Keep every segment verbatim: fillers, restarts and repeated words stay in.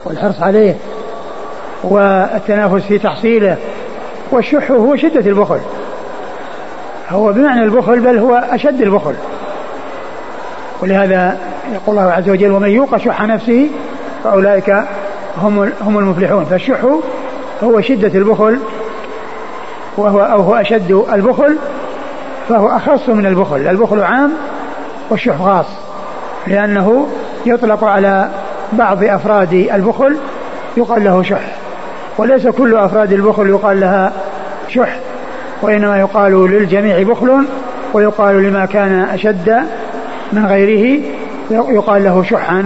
والحرص عليه والتنافس في تحصيله. والشح هو شدة البخل، هو بمعنى البخل بل هو أشد البخل. ولهذا يقول الله عز وجل ومن يوق شح نفسه فأولئك هم هم المفلحون. فالشح هو شدة البخل وهو أو هو أشد البخل، فهو أخص من البخل. البخل عام والشح خاص، لأنه يطلق على بعض أفراد البخل يقال له شح، وليس كل أفراد البخل يقال لها شح، وإنما يقال للجميع بخل، ويقال لما كان أشد من غيره يقال له شحا.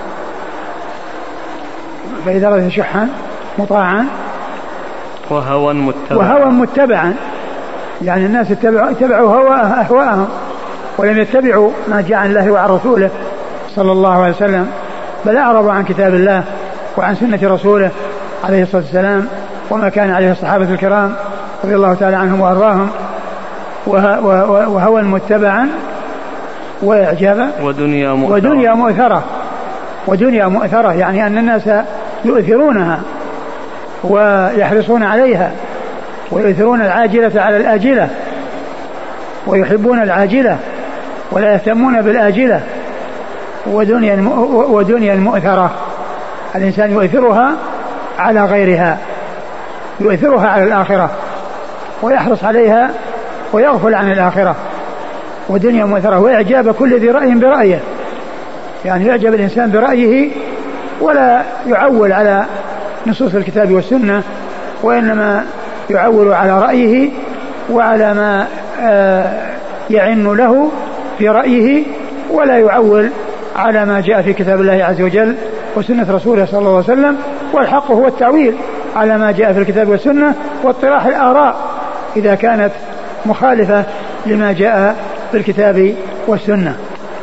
فإذا رأيت شحا مطاعا وهوى متبعا وهوى متبعا، يعني الناس اتبعوا, اتبعوا أهواءهم ولم يتبعوا ما جاء عن الله وعن رسوله صلى الله عليه وسلم، بل أعرضوا عن كتاب الله وعن سنة رسوله عليه الصلاة والسلام وما كان عليه الصحابة الكرام رضي الله تعالى عنهم وأرضاهم. وهوى متبعا وإعجابا ودنيا مؤثرة, ودنيا مؤثرة ودنيا مؤثرة يعني أن الناس يؤثرونها ويحرصون عليها ويؤثرون العاجلة على الآجلة ويحبون العاجلة ولا يهتمون بالآجلة. ودنيا ودنيا المؤثرة الإنسان يؤثرها على غيرها، يؤثرها على الآخرة ويحرص عليها ويغفل عن الآخرة. ودنيا مؤثرة وإعجاب كل ذي رأي برأيه، يعني يعجب الإنسان برأيه ولا يعول على نصوص الكتاب والسنة، وإنما يعول على رأيه وعلى ما يعن له في رأيه، ولا يعول على ما جاء في كتاب الله عز وجل وسنة رسوله صلى الله عليه وسلم. والحق هو التعويل على ما جاء في الكتاب والسنة واطراح الآراء إذا كانت مخالفة لما جاء في الكتاب والسنة.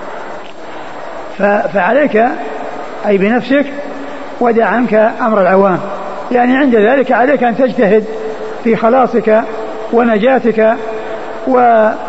فعليك أي بنفسك ودع عنك أمر العوام، يعني عند ذلك عليك أن تجتهد في خلاصك ونجاتك و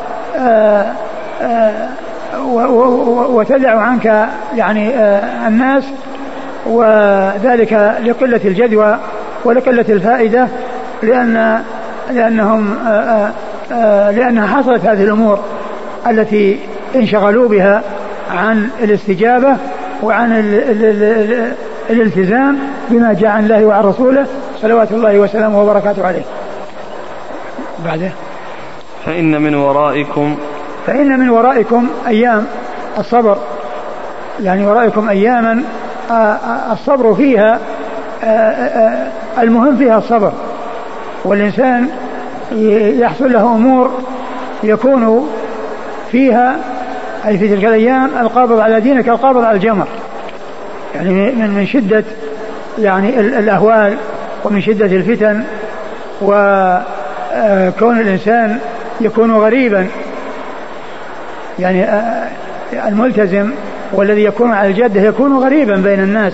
وتدع عنك يعني الناس، وذلك لقلة الجدوى ولقلة الفائدة، لأن لأنهم لأنها حصلت هذه الأمور التي انشغلوا بها عن الاستجابة وعن الالتزام بما جاء عن الله وعن رسوله صلوات الله وسلامه وبركاته عليه. بعده فإن من ورائكم فإن من ورائكم أيام الصبر، يعني ورائكم أياما الصبر فيها المهم فيها الصبر، والإنسان يحصل له أمور يكون فيها أي في تلك الأيام القابض على دينك القابض على الجمر، يعني من شدة يعني الأهوال ومن شدة الفتن، وكون الإنسان يكون غريبا، يعني الملتزم والذي يكون على الجادة يكون غريبا بين الناس.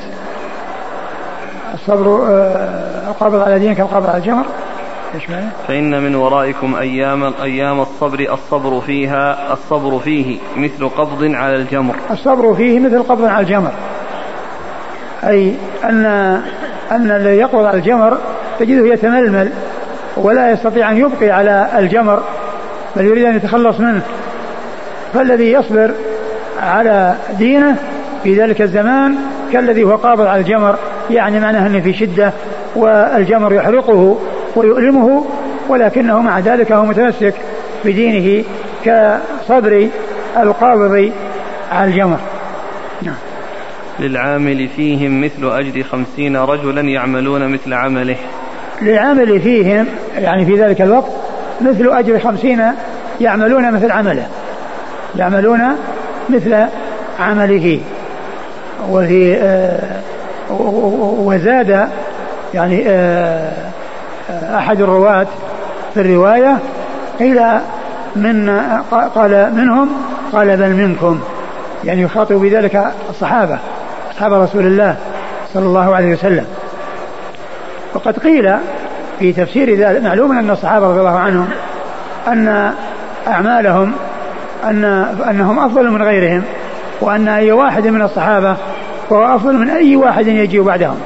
الصبر القابض على دينك القابض على الجمر. فإن من ورائكم أيام أيام الصبر الصبر فيها الصبر فيه مثل قبض على الجمر. الصبر فيه مثل قبض على الجمر، أي أن أن الذي يقبض على الجمر تجده يتململ ولا يستطيع أن يبقي على الجمر بل يريد أن يتخلص منه. فالذي يصبر على دينه في ذلك الزمان كالذي هو قابض على الجمر، يعني معناه أنه في شدة والجمر يحرقه ويؤلمه، ولكنه مع ذلك هو متمسك بدينه كصبر القابض على الجمر. نعم. للعامل فيهم مثل أجر خمسين رجلا يعملون مثل عمله. للعامل فيهم يعني في ذلك الوقت مثل أجر خمسين يعملون مثل عمله، يعملون مثل عمله. وفي آه وزاد يعني آه أحد الرواة في الرواية قيل من قال منهم قال بل منكم، يعني يخاطب بذلك الصحابة أصحاب رسول الله صلى الله عليه وسلم. وقد قيل في تفسير ذلك معلوم أن الصحابة رضي الله عنهم أن أعمالهم أن أنهم أفضل من غيرهم، وأن أي واحد من الصحابة فهو أفضل من أي واحد يجي بعدهم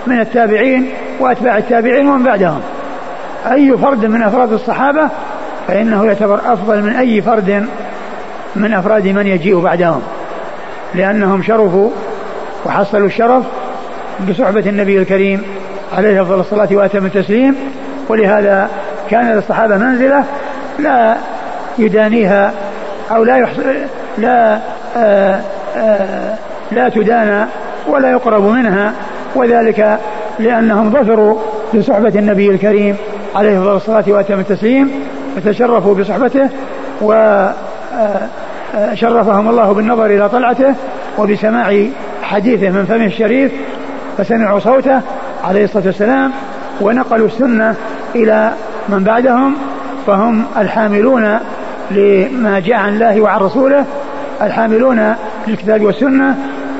من التابعين وأتباع التابعين ومن بعدهم. أي فرد من أفراد الصحابة فإنه يعتبر أفضل من أي فرد من أفراد من يجيء بعدهم، لأنهم شرفوا وحصلوا الشرف بصحبة النبي الكريم عليه أفضل الصلاة وأتم التسليم. ولهذا كان للصحابة منزلة لا يدانيها أو لا يحصل لا آآ آآ لا تدانى ولا يقرب منها، وذلك لأنهم ظفروا بصحبة النبي الكريم عليه أفضل الصلاة وأتم التسليم وتشرفوا بصحبته، وشرفهم الله بالنظر إلى طلعته وبسماع حديثه من فمه الشريف، فسمعوا صوته عليه الصلاة والسلام ونقلوا السنة إلى من بعدهم، فهم الحاملون لما جاء عن الله وعن رسوله، الحاملون للكتاب والسنة،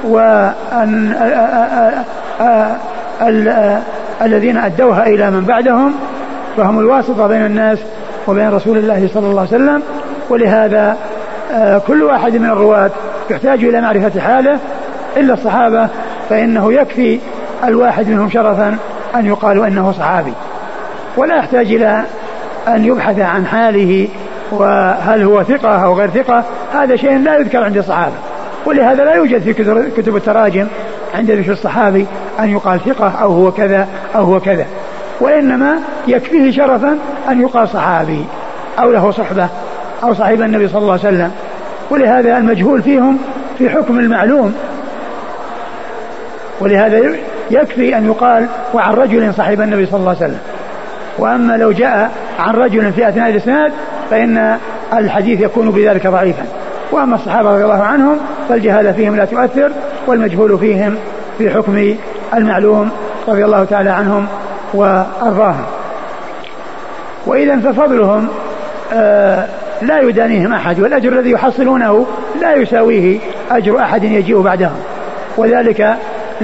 والذين أدوها إلى من بعدهم، فهم الواسطة بين الناس وبين رسول الله صلى الله عليه وسلم. ولهذا كل واحد من الرواة يحتاج إلى معرفة حاله إلا الصحابة، فإنه يكفي الواحد منهم شرفا أن يقال إنه صحابي، ولا يحتاج إلى أن يبحث عن حاله وهل هو ثقة أو غير ثقة، هذا شيء لا يذكر عند الصحابة، ولهذا لا يوجد في كتب التراجم عند ذكر الصحابي أن يقال ثقة أو هو كذا أو هو كذا، وإنما يكفيه شرفا أن يقال صحابي أو له صحبة أو صاحب النبي صلى الله عليه وسلم. ولهذا المجهول فيهم في حكم المعلوم، ولهذا يكفي أن يقال وعن رجل صاحب النبي صلى الله عليه وسلم. وأما لو جاء عن رجل في أثناء الإسناد فإن الحديث يكون بذلك ضعيفا. وأما الصحابة رضي الله عنهم فالجهالة فيهم لا تؤثر، والمجهول فيهم في حكم المعلوم رضي الله تعالى عنهم وأرضاهم. وإذا ففضلهم آه لا يدانيهم أحد، والأجر الذي يحصلونه لا يساويه أجر أحد يجيء بعدهم، وذلك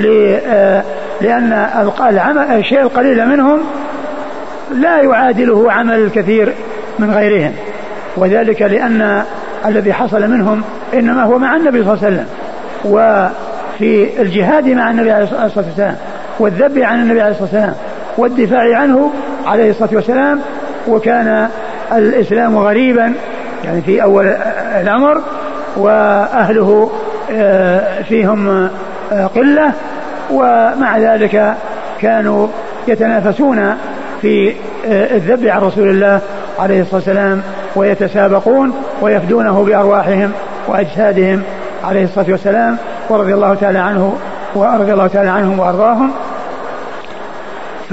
لأن الشيء القليل منهم لا يعادله عمل الكثير من غيرهم، وذلك لأن الذي حصل منهم إنما هو مع النبي صلى الله عليه وسلم، وفي الجهاد مع النبي عليه الصلاة والسلام، والذب عن النبي عليه الصلاة والسلام، والدفاع عنه عليه الصلاة والسلام. وكان الإسلام غريبا يعني في أول الأمر، وأهله فيهم قلة، ومع ذلك كانوا يتنافسون في الذب عن رسول الله عليه الصلاة والسلام، ويتسابقون ويفدونه بأرواحهم وأجسادهم عليه الصلاة والسلام، ورضي الله تعالى عنه ورضي الله تعالى عنهم وأرضاهم. ف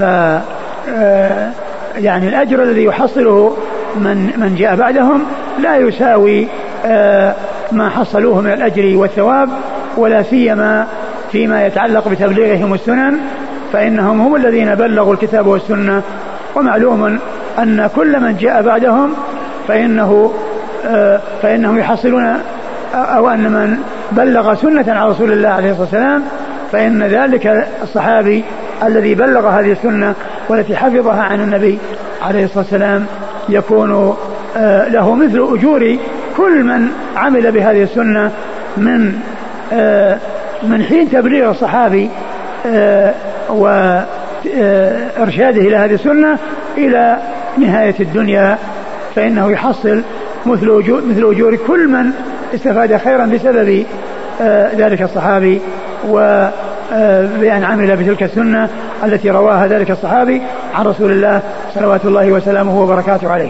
يعني الأجر الذي يحصله من من جاء بعدهم لا يساوي ما حصلوه من الأجر والثواب، ولا سيما فيما يتعلق بتبليغهم السنن، فإنهم هم الذين بلغوا الكتاب والسنة. ومعلوم أن كل من جاء بعدهم فإنه فإنهم يحصلون، أو أن من بلغ سنة عن رسول الله عليه الصلاة والسلام فإن ذلك الصحابي الذي بلغ هذه السنة والتي حفظها عن النبي عليه الصلاة والسلام يكون له مثل أجور كل من عمل بهذه السنة من من حين تبليغ الصحابي وإرشاده إلى هذه السنة إلى نهاية الدنيا، فإنه يحصل مثل أجور, مثل أجور كل من استفاد خيرا بسبب ذلك الصحابي وبأن عمل بتلك السنة التي رواها ذلك الصحابي عن رسول الله صلوات الله وسلامه وبركاته عليه.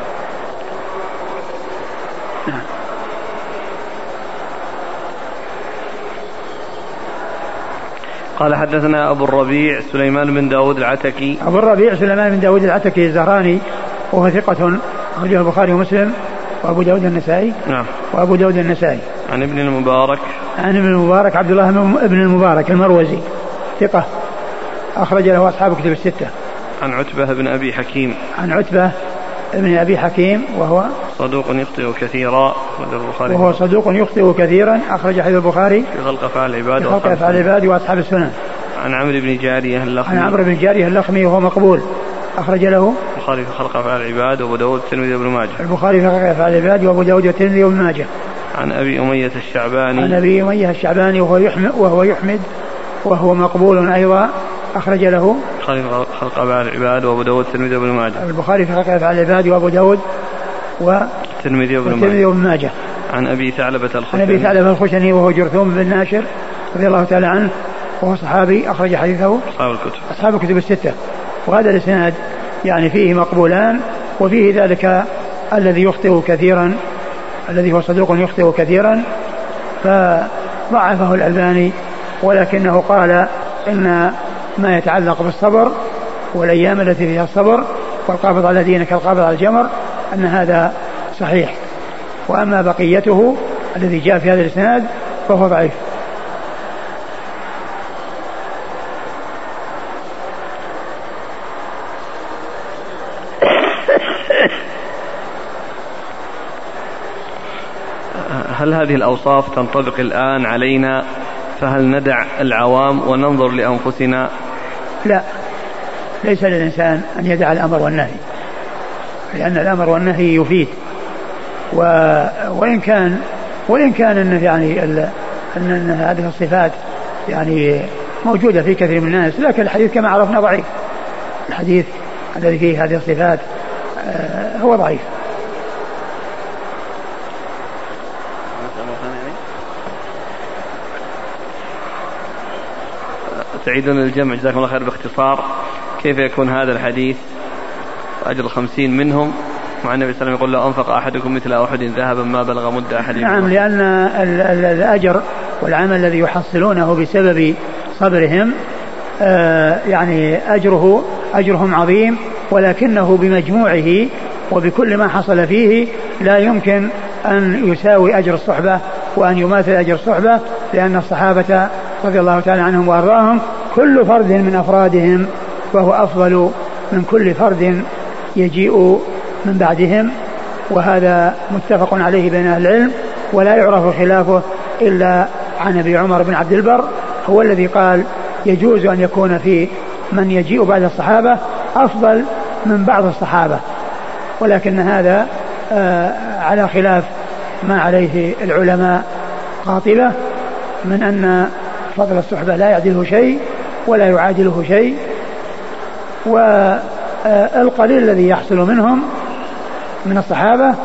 قال حدثنا أبو الربيع سليمان بن داود العتكي. أبو الربيع سليمان بن داود العتكي الزهراني وهو ثقة أخرجه البخاري ومسلم وأبو داود النسائي. نعم. وأبو داود النسائي. عن ابن المبارك. عن ابن المبارك عبد الله بن المبارك المروزي ثقة أخرج له أصحاب كتب الستة. عن عتبة بن أبي حكيم. عن عتبة بن أبي حكيم وهو صدوق يخطئ كثيرا وهو صدوق يخطئ كثيرا أخرج حديث البخاري في خلق أفعال العباد في خلق أفعال العباد وأصحاب السنن. عن عمرو بن جارية اللخمي. عن عمرو بن جارية اللخمي وهو مقبول أخرج له البخاري في خلق أفعال العباد وأبو داود والترمذي وابن ماجه. البخاري في خلق أفعال العباد وأبو داود والترمذي وابن ماجه. عن أبي أمية الشعباني. عن أبي أمية الشعباني وهو يحمد وهو يحمد وهو مقبول أيضا أخرج له خلق أفعال العباد وأبو داود والترمذي وابن ماجه. البخاري في خلق أفعال العباد وأبو داود والترمذي وابن ماجه. عن أبي ثعلبة الخشني. عن أبي ثعلبة الخشني وهو جرثوم بن ناشر رضي الله تعالى عنه وهو صحابي أخرج حديثه أصحاب الكتب أصحاب الكتب الستة. وهذا الإسناد يعني فيه مقبولان وفيه ذلك الذي يخطئ كثيرا الذي هو صدوق يخطئ كثيرا فضعفه الألباني ولكنه قال إن ما يتعلق بالصبر والأيام التي فيها الصبر والقابض على دينك القابض على الجمر أن هذا صحيح. وأما بقيته الذي جاء في هذا الإسناد فهو ضعيف. هل هذه الأوصاف تنطبق الآن علينا فهل ندع العوام وننظر لأنفسنا؟ لا، ليس للإنسان أن يدع الأمر والنهي لأن الأمر والنهي يفيد و... وإن كان وإن كان إن يعني ال... أن هذه الصفات يعني موجودة في كثير من الناس لكن الحديث كما عرفنا ضعيف. الحديث الذي فيه هذه الصفات آه هو ضعيف. تعيدون الجمع جزاكم الله خير باختصار كيف يكون هذا الحديث أجر خمسين منهم مع النبي صلى الله عليه وسلم يقول لو أنفق أحدكم مثل أحد ذهبا ما بلغ مد أحدهم. نعم لأن الأجر والعمل الذي يحصلونه بسبب صبرهم آه يعني أجره أجرهم عظيم ولكنه بمجموعه وبكل ما حصل فيه لا يمكن أن يساوي أجر الصحبة وأن يماثل أجر الصحبة لأن الصحابة رضي الله تعالى عنهم وأرضاهم كل فرد من أفرادهم وهو أفضل من كل فرد يجيء من بعدهم وهذا متفق عليه بين أهل العلم ولا يعرف خلافه إلا عن أبي عمر بن عبد البر هو الذي قال يجوز أن يكون في من يجيء بعد الصحابة أفضل من بعض الصحابة ولكن هذا آه على خلاف ما عليه العلماء قاطبة من أن فضل الصحبة لا يعدله شيء ولا يعادله شيء والقليل الذي يحصل منهم من الصحابة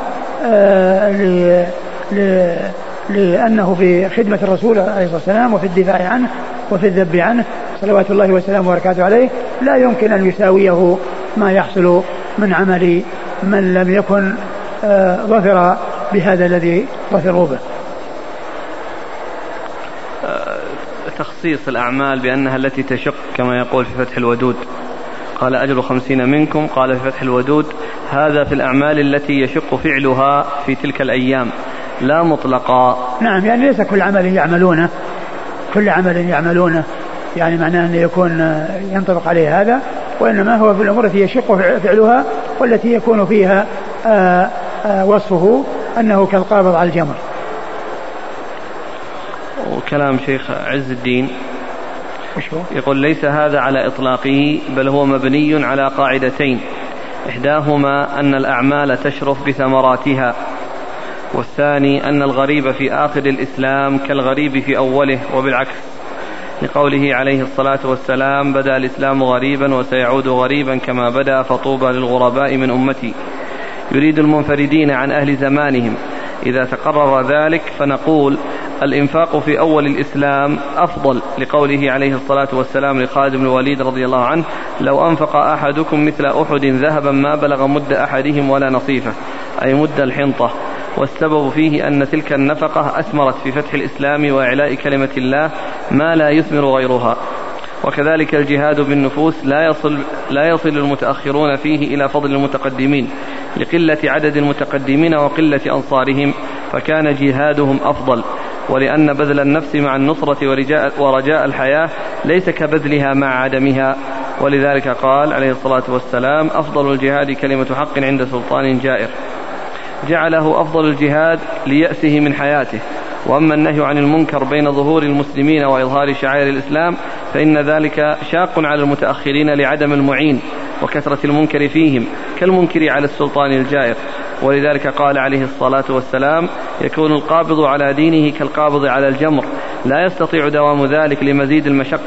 لأنه في خدمة الرسول عليه الصلاة والسلام وفي الدفاع عنه وفي الذب عنه صلوات الله وسلامه وبركاته عليه لا يمكن أن يساويه ما يحصل من عمل من لم يكن ظفر بهذا الذي ظفروا به. تخصيص الأعمال بأنها التي تشق كما يقول في فتح الودود قال أجر خمسين منكم قال في فتح الودود هذا في الأعمال التي يشق فعلها في تلك الأيام لا مطلقا. نعم يعني ليس كل عمل يعملونه كل عمل يعملونه يعني معناه أن يكون ينطبق عليه هذا وإنما هو في الأمور التي يشق فعلها والتي يكون فيها آآ آآ وصفه أنه كالقابض على الجمر. وكلام شيخ عز الدين يقول ليس هذا على إطلاقه بل هو مبني على قاعدتين إحداهما أن الأعمال تشرف بثمراتها والثاني أن الغريب في آخر الإسلام كالغريب في أوله وبالعكس لقوله عليه الصلاة والسلام بدأ الإسلام غريبا وسيعود غريبا كما بدأ فطوبى للغرباء من أمتي يريد المنفردين عن أهل زمانهم. إذا تقرر ذلك فنقول الإنفاق في أول الإسلام أفضل لقوله عليه الصلاة والسلام لخالد بن الوليد رضي الله عنه لو أنفق أحدكم مثل أحد ذهبا ما بلغ مد أحدهم ولا نصيفه أي مد الحنطة والسبب فيه أن تلك النفقة أثمرت في فتح الإسلام وإعلاء كلمة الله ما لا يثمر غيرها. وكذلك الجهاد بالنفوس لا يصل, لا يصل المتأخرون فيه إلى فضل المتقدمين لقلة عدد المتقدمين وقلة أنصارهم فكان جهادهم أفضل ولأن بذل النفس مع النصرة ورجاء, ورجاء الحياة ليس كبذلها مع عدمها ولذلك قال عليه الصلاة والسلام أفضل الجهاد كلمة حق عند سلطان جائر جعله أفضل الجهاد ليأسه من حياته. وأما النهي عن المنكر بين ظهور المسلمين وإظهار شعائر الإسلام فإن ذلك شاق على المتأخرين لعدم المعين وكثرة المنكر فيهم كالمنكر على السلطان الجائر ولذلك قال عليه الصلاة والسلام يكون القابض على دينه كالقابض على الجمر لا يستطيع دوام ذلك لمزيد المشقة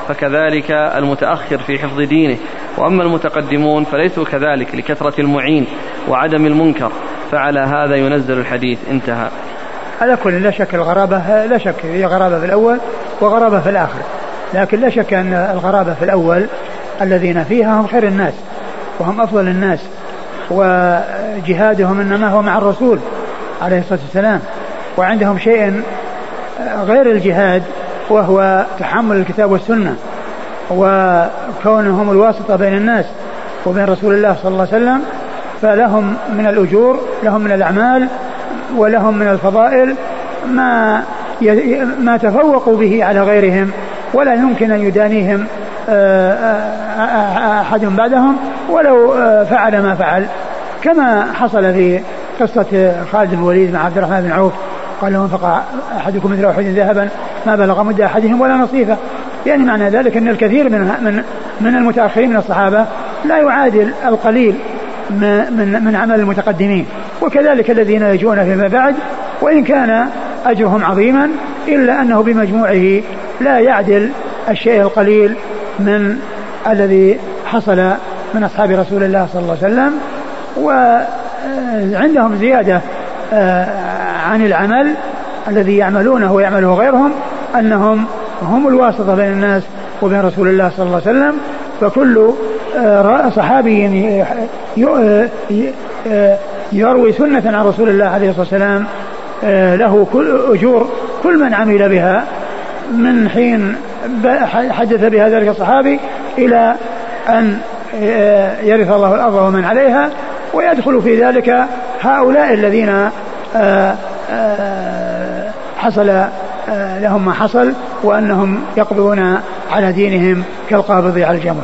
فكذلك المتأخر في حفظ دينه، وأما المتقدمون فليسوا كذلك لكثرة المعين وعدم المنكر، فعلى هذا ينزل الحديث. انتهى. على كل لا شك الغرابة لا شك هي غرابة في الأول وغرابة في الآخر، لكن لا شك أن الغرابة في الأول الذين فيها هم خير الناس وهم أفضل الناس، وجهادهم إنما هو مع الرسول عليه الصلاة والسلام، وعندهم شيء غير الجهاد وهو تحمل الكتاب والسنة وكونهم الواسطة بين الناس وبين رسول الله صلى الله عليه وسلم، فلهم من الأجور، لهم من الأعمال، ولهم من الفضائل ما ما تفوقوا به على غيرهم، ولا يمكن أن يدانيهم أحد بعدهم ولو فعل ما فعل، كما حصل في قصة خالد بن الوليد مع عبد الرحمن بن عوف، قال له انفق أحدكم مثل أحد ذهبا ما بلغ مد أحدهم ولا نصيفه. يعني معنى ذلك أن الكثير من من من المتأخرين من الصحابة لا يعادل القليل من من عمل المتقدمين، وكذلك الذين يجون فيما بعد، وإن كان أجرهم عظيما إلا أنه بمجموعه لا يعدل الشيء القليل من الذي حصل من أصحاب رسول الله صلى الله عليه وسلم. وعندهم زيادة عن العمل الذي يعملونه ويعمله غيرهم، أنهم هم الواسطة بين الناس وبين رسول الله صلى الله عليه وسلم. فكل صحابي يروي سنة عن رسول الله عليه الصلاة والسلام له كل أجور كل من عمل بها من حين حدث بها ذلك الصحابي إلى أن يرث الله الأرض ومن عليها، ويدخل في ذلك هؤلاء الذين حصل لهم ما حصل، وأنهم يقبضون على دينهم كالقابض على الجمر.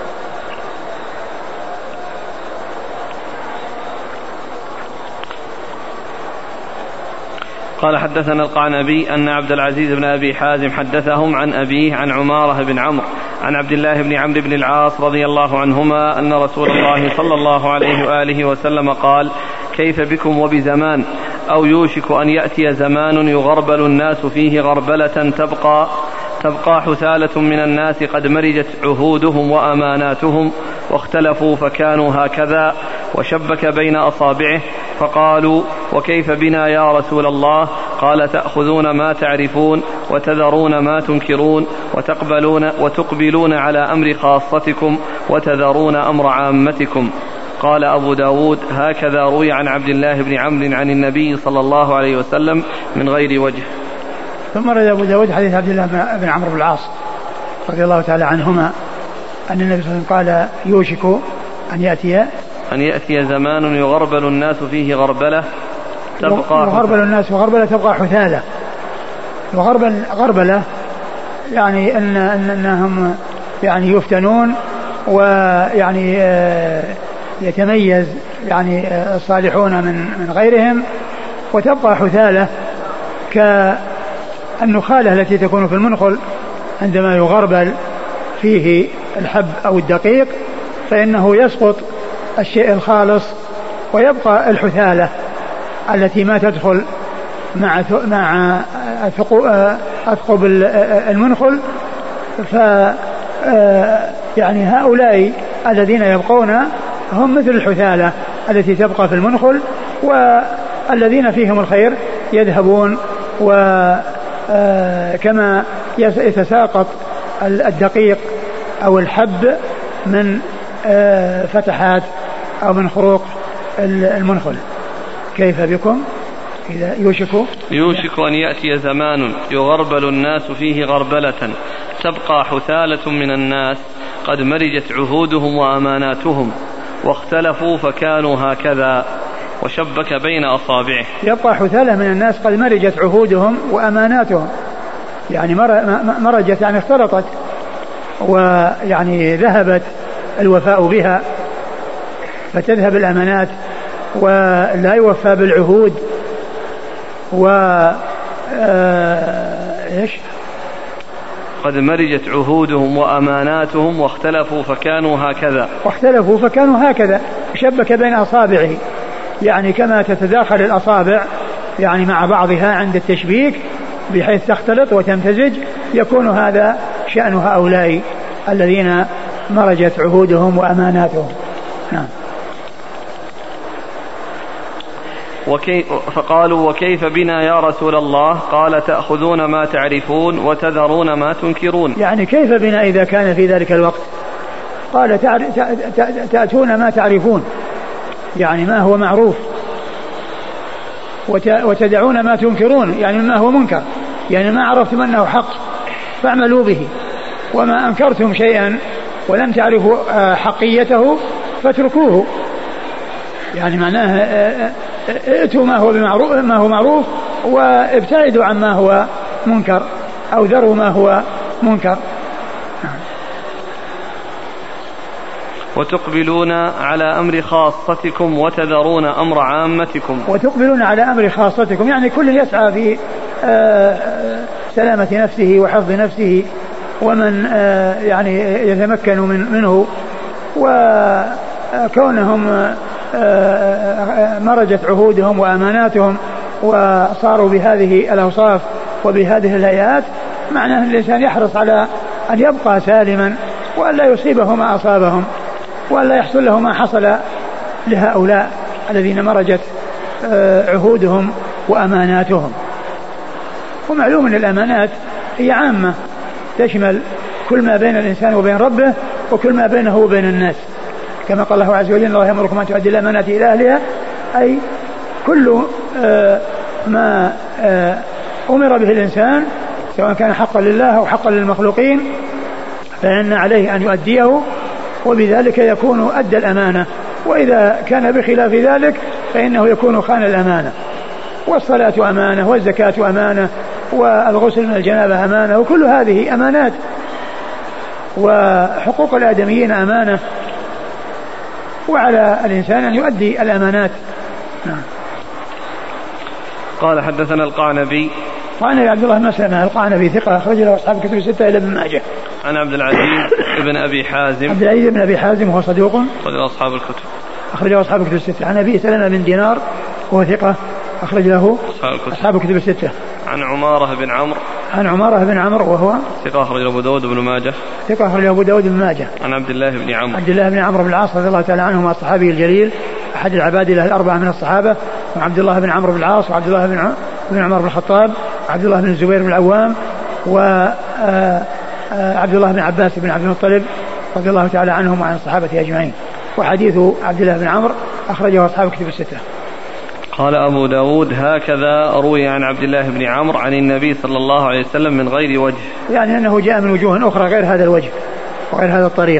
قال حدثنا القعنبي أن عبد العزيز بن أبي حازم حدثهم عن أبيه عن عمارة بن عمرو عن عبد الله بن عمرو بن العاص رضي الله عنهما أن رسول الله صلى الله عليه وآله وسلم قال: كيف بكم وبزمان أو يوشك أن يأتي زمان يغربل الناس فيه غربلة تبقى تبقى حثالة من الناس قد مرجت عهودهم وأماناتهم واختلفوا فكانوا هكذا، وشبك بين أصابعه فقالوا: وكيف بنا يا رسول الله؟ قال: تأخذون ما تعرفون وتذرون ما تنكرون وتقبلون وتقبلون على أمر خاصتكم وتذرون أمر عامتكم. قال أبو داود: هكذا روي عن عبد الله بن عمرو عن النبي صلى الله عليه وسلم من غير وجه. ثم رد أبو داود حديث عبد الله بن عمرو بن العاص رضي الله تعالى عنهما أن النبي صلى الله عليه وسلم قال: يوشك أن يأتي أن يأتي زمان يغربل الناس فيه غربلة تبقى يغربل الناس وغربلة تبقى حثالة. وغربل غربلة يعني أن أنهم يعني يفتنون ويعني يتميز يعني الصالحون من من غيرهم، وتبقى حثالة كالنخالة التي تكون في المنخل عندما يغربل فيه الحب أو الدقيق، فإنه يسقط الشيء الخالص ويبقى الحثالة التي ما تدخل مع مع أثقب المنخل. ف يعني هؤلاء الذين يبقون هم مثل الحثالة التي تبقى في المنخل، والذين فيهم الخير يذهبون، وكما يتساقط الدقيق أو الحب من فتحات أو من خروق المنخل. كيف بكم إذا يوشك يوشك أن يأتي زمان يغربل الناس فيه غربلة تبقى حثالة من الناس قد مرجت عهودهم وأماناتهم واختلفوا فكانوا هكذا، وشبك بين أصابعه. يبقى حثالة من الناس قد مرجت عهودهم وأماناتهم، يعني مرجت يعني اختلطت، ويعني ذهبت الوفاء بها فتذهب الأمانات ولا يوفى بالعهود. و ايش قد مرجت عهودهم وأماناتهم واختلفوا فكانوا هكذا واختلفوا فكانوا هكذا شبك بين أصابعه، يعني كما تتداخل الأصابع يعني مع بعضها عند التشبيك بحيث تختلط وتمتزج، يكون هذا شأن هؤلاء الذين مرجت عهودهم وأماناتهم. نعم. وكي فقالوا وكيف بنا يا رسول الله؟ قال تأخذون ما تعرفون وتذرون ما تنكرون. يعني كيف بنا إذا كان في ذلك الوقت؟ قال تأتون ما تعرفون، يعني ما هو معروف، وتدعون ما تنكرون، يعني ما هو منكر، يعني ما عرفتم أنه حق فاعملوا به، وما أنكرتم شيئا ولم تعرفوا حقيته فاتركوه. يعني معناه ائتوا ما هو بمعروف ما هو معروف وابتعدوا عن ما هو منكر أو ذروا ما هو منكر. وتقبلون على أمر خاصتكم وتذرون أمر عامتكم. وتقبلون على أمر خاصتكم، يعني كل يسعى في سلامة نفسه وحفظ نفسه، ومن يعني يتمكن من منه، وكونهم مرجت عهودهم وأماناتهم وصاروا بهذه الأوصاف وبهذه الهيئات، معناه أن الإنسان يحرص على أن يبقى سالما وأن لا يصيبه ما أصابهم وأن لا يحصل له ما حصل لهؤلاء الذين مرجت عهودهم وأماناتهم. ومعلوم أن الأمانات هي عامة تشمل كل ما بين الإنسان وبين ربه وكل ما بينه وبين الناس، كما قال الله عز وجل الله يأمركم أن تؤدوا الأمانات إلى أهلها، أي كل ما أمر به الإنسان سواء كان حقا لله أو حقا للمخلوقين فإن عليه أن يؤديه، وبذلك يكون أدى الأمانة، وإذا كان بخلاف ذلك فإنه يكون خان الأمانة. والصلاة أمانة، والزكاة أمانة، والغسل من الجنابة أمانة، وكل هذه أمانات، وحقوق الآدميين أمانة، وعلى الإنسان أن يؤدي الأمانات. نعم. قال حدثنا القعنبي. قعنبي عبد الله بن مسلمة القعنبي ثقة أخرج له أصحاب الكتب الستة إلى ابن ماجه. عن عبد العزيز بن أبي حازم. عبد العزيز بن أبي حازم وهو صدوق أخرج له أصحاب الكتب. أخرج له أصحاب الكتب الستة. عن أبي سلمة بن دينار وهو ثقة أخرج له أصحاب الكتب الستة. عن عمارة بن عمرو. عن عمارة بن عمرو وهو ثقة أخرج له أبو داود بن ماجه. ثقة أخرج له أبو داود بن ماجه. عن عبد الله بن عمرو. عبد الله بن عمرو بن العاص رضي الله تعالى عنهما الصحابي الجليل أحد العبادلة الأربعة من الصحابة، وعبد الله بن عمرو بن العاص وعبد الله بن بن عمر بن الخطاب وعبد الله بن الزبير بن العوام وعبد الله بن عباس بن عبد المطلب رضي الله تعالى عنهم وعن الصحابة أجمعين. وحديث عبد الله بن عمرو أخرجه أصحاب كتب الستة. قال أبو داود هكذا روي عن عبد الله بن عمرو عن النبي صلى الله عليه وسلم من غير وجه، يعني أنه جاء من وجوه أخرى غير هذا الوجه وغير هذا الطريق.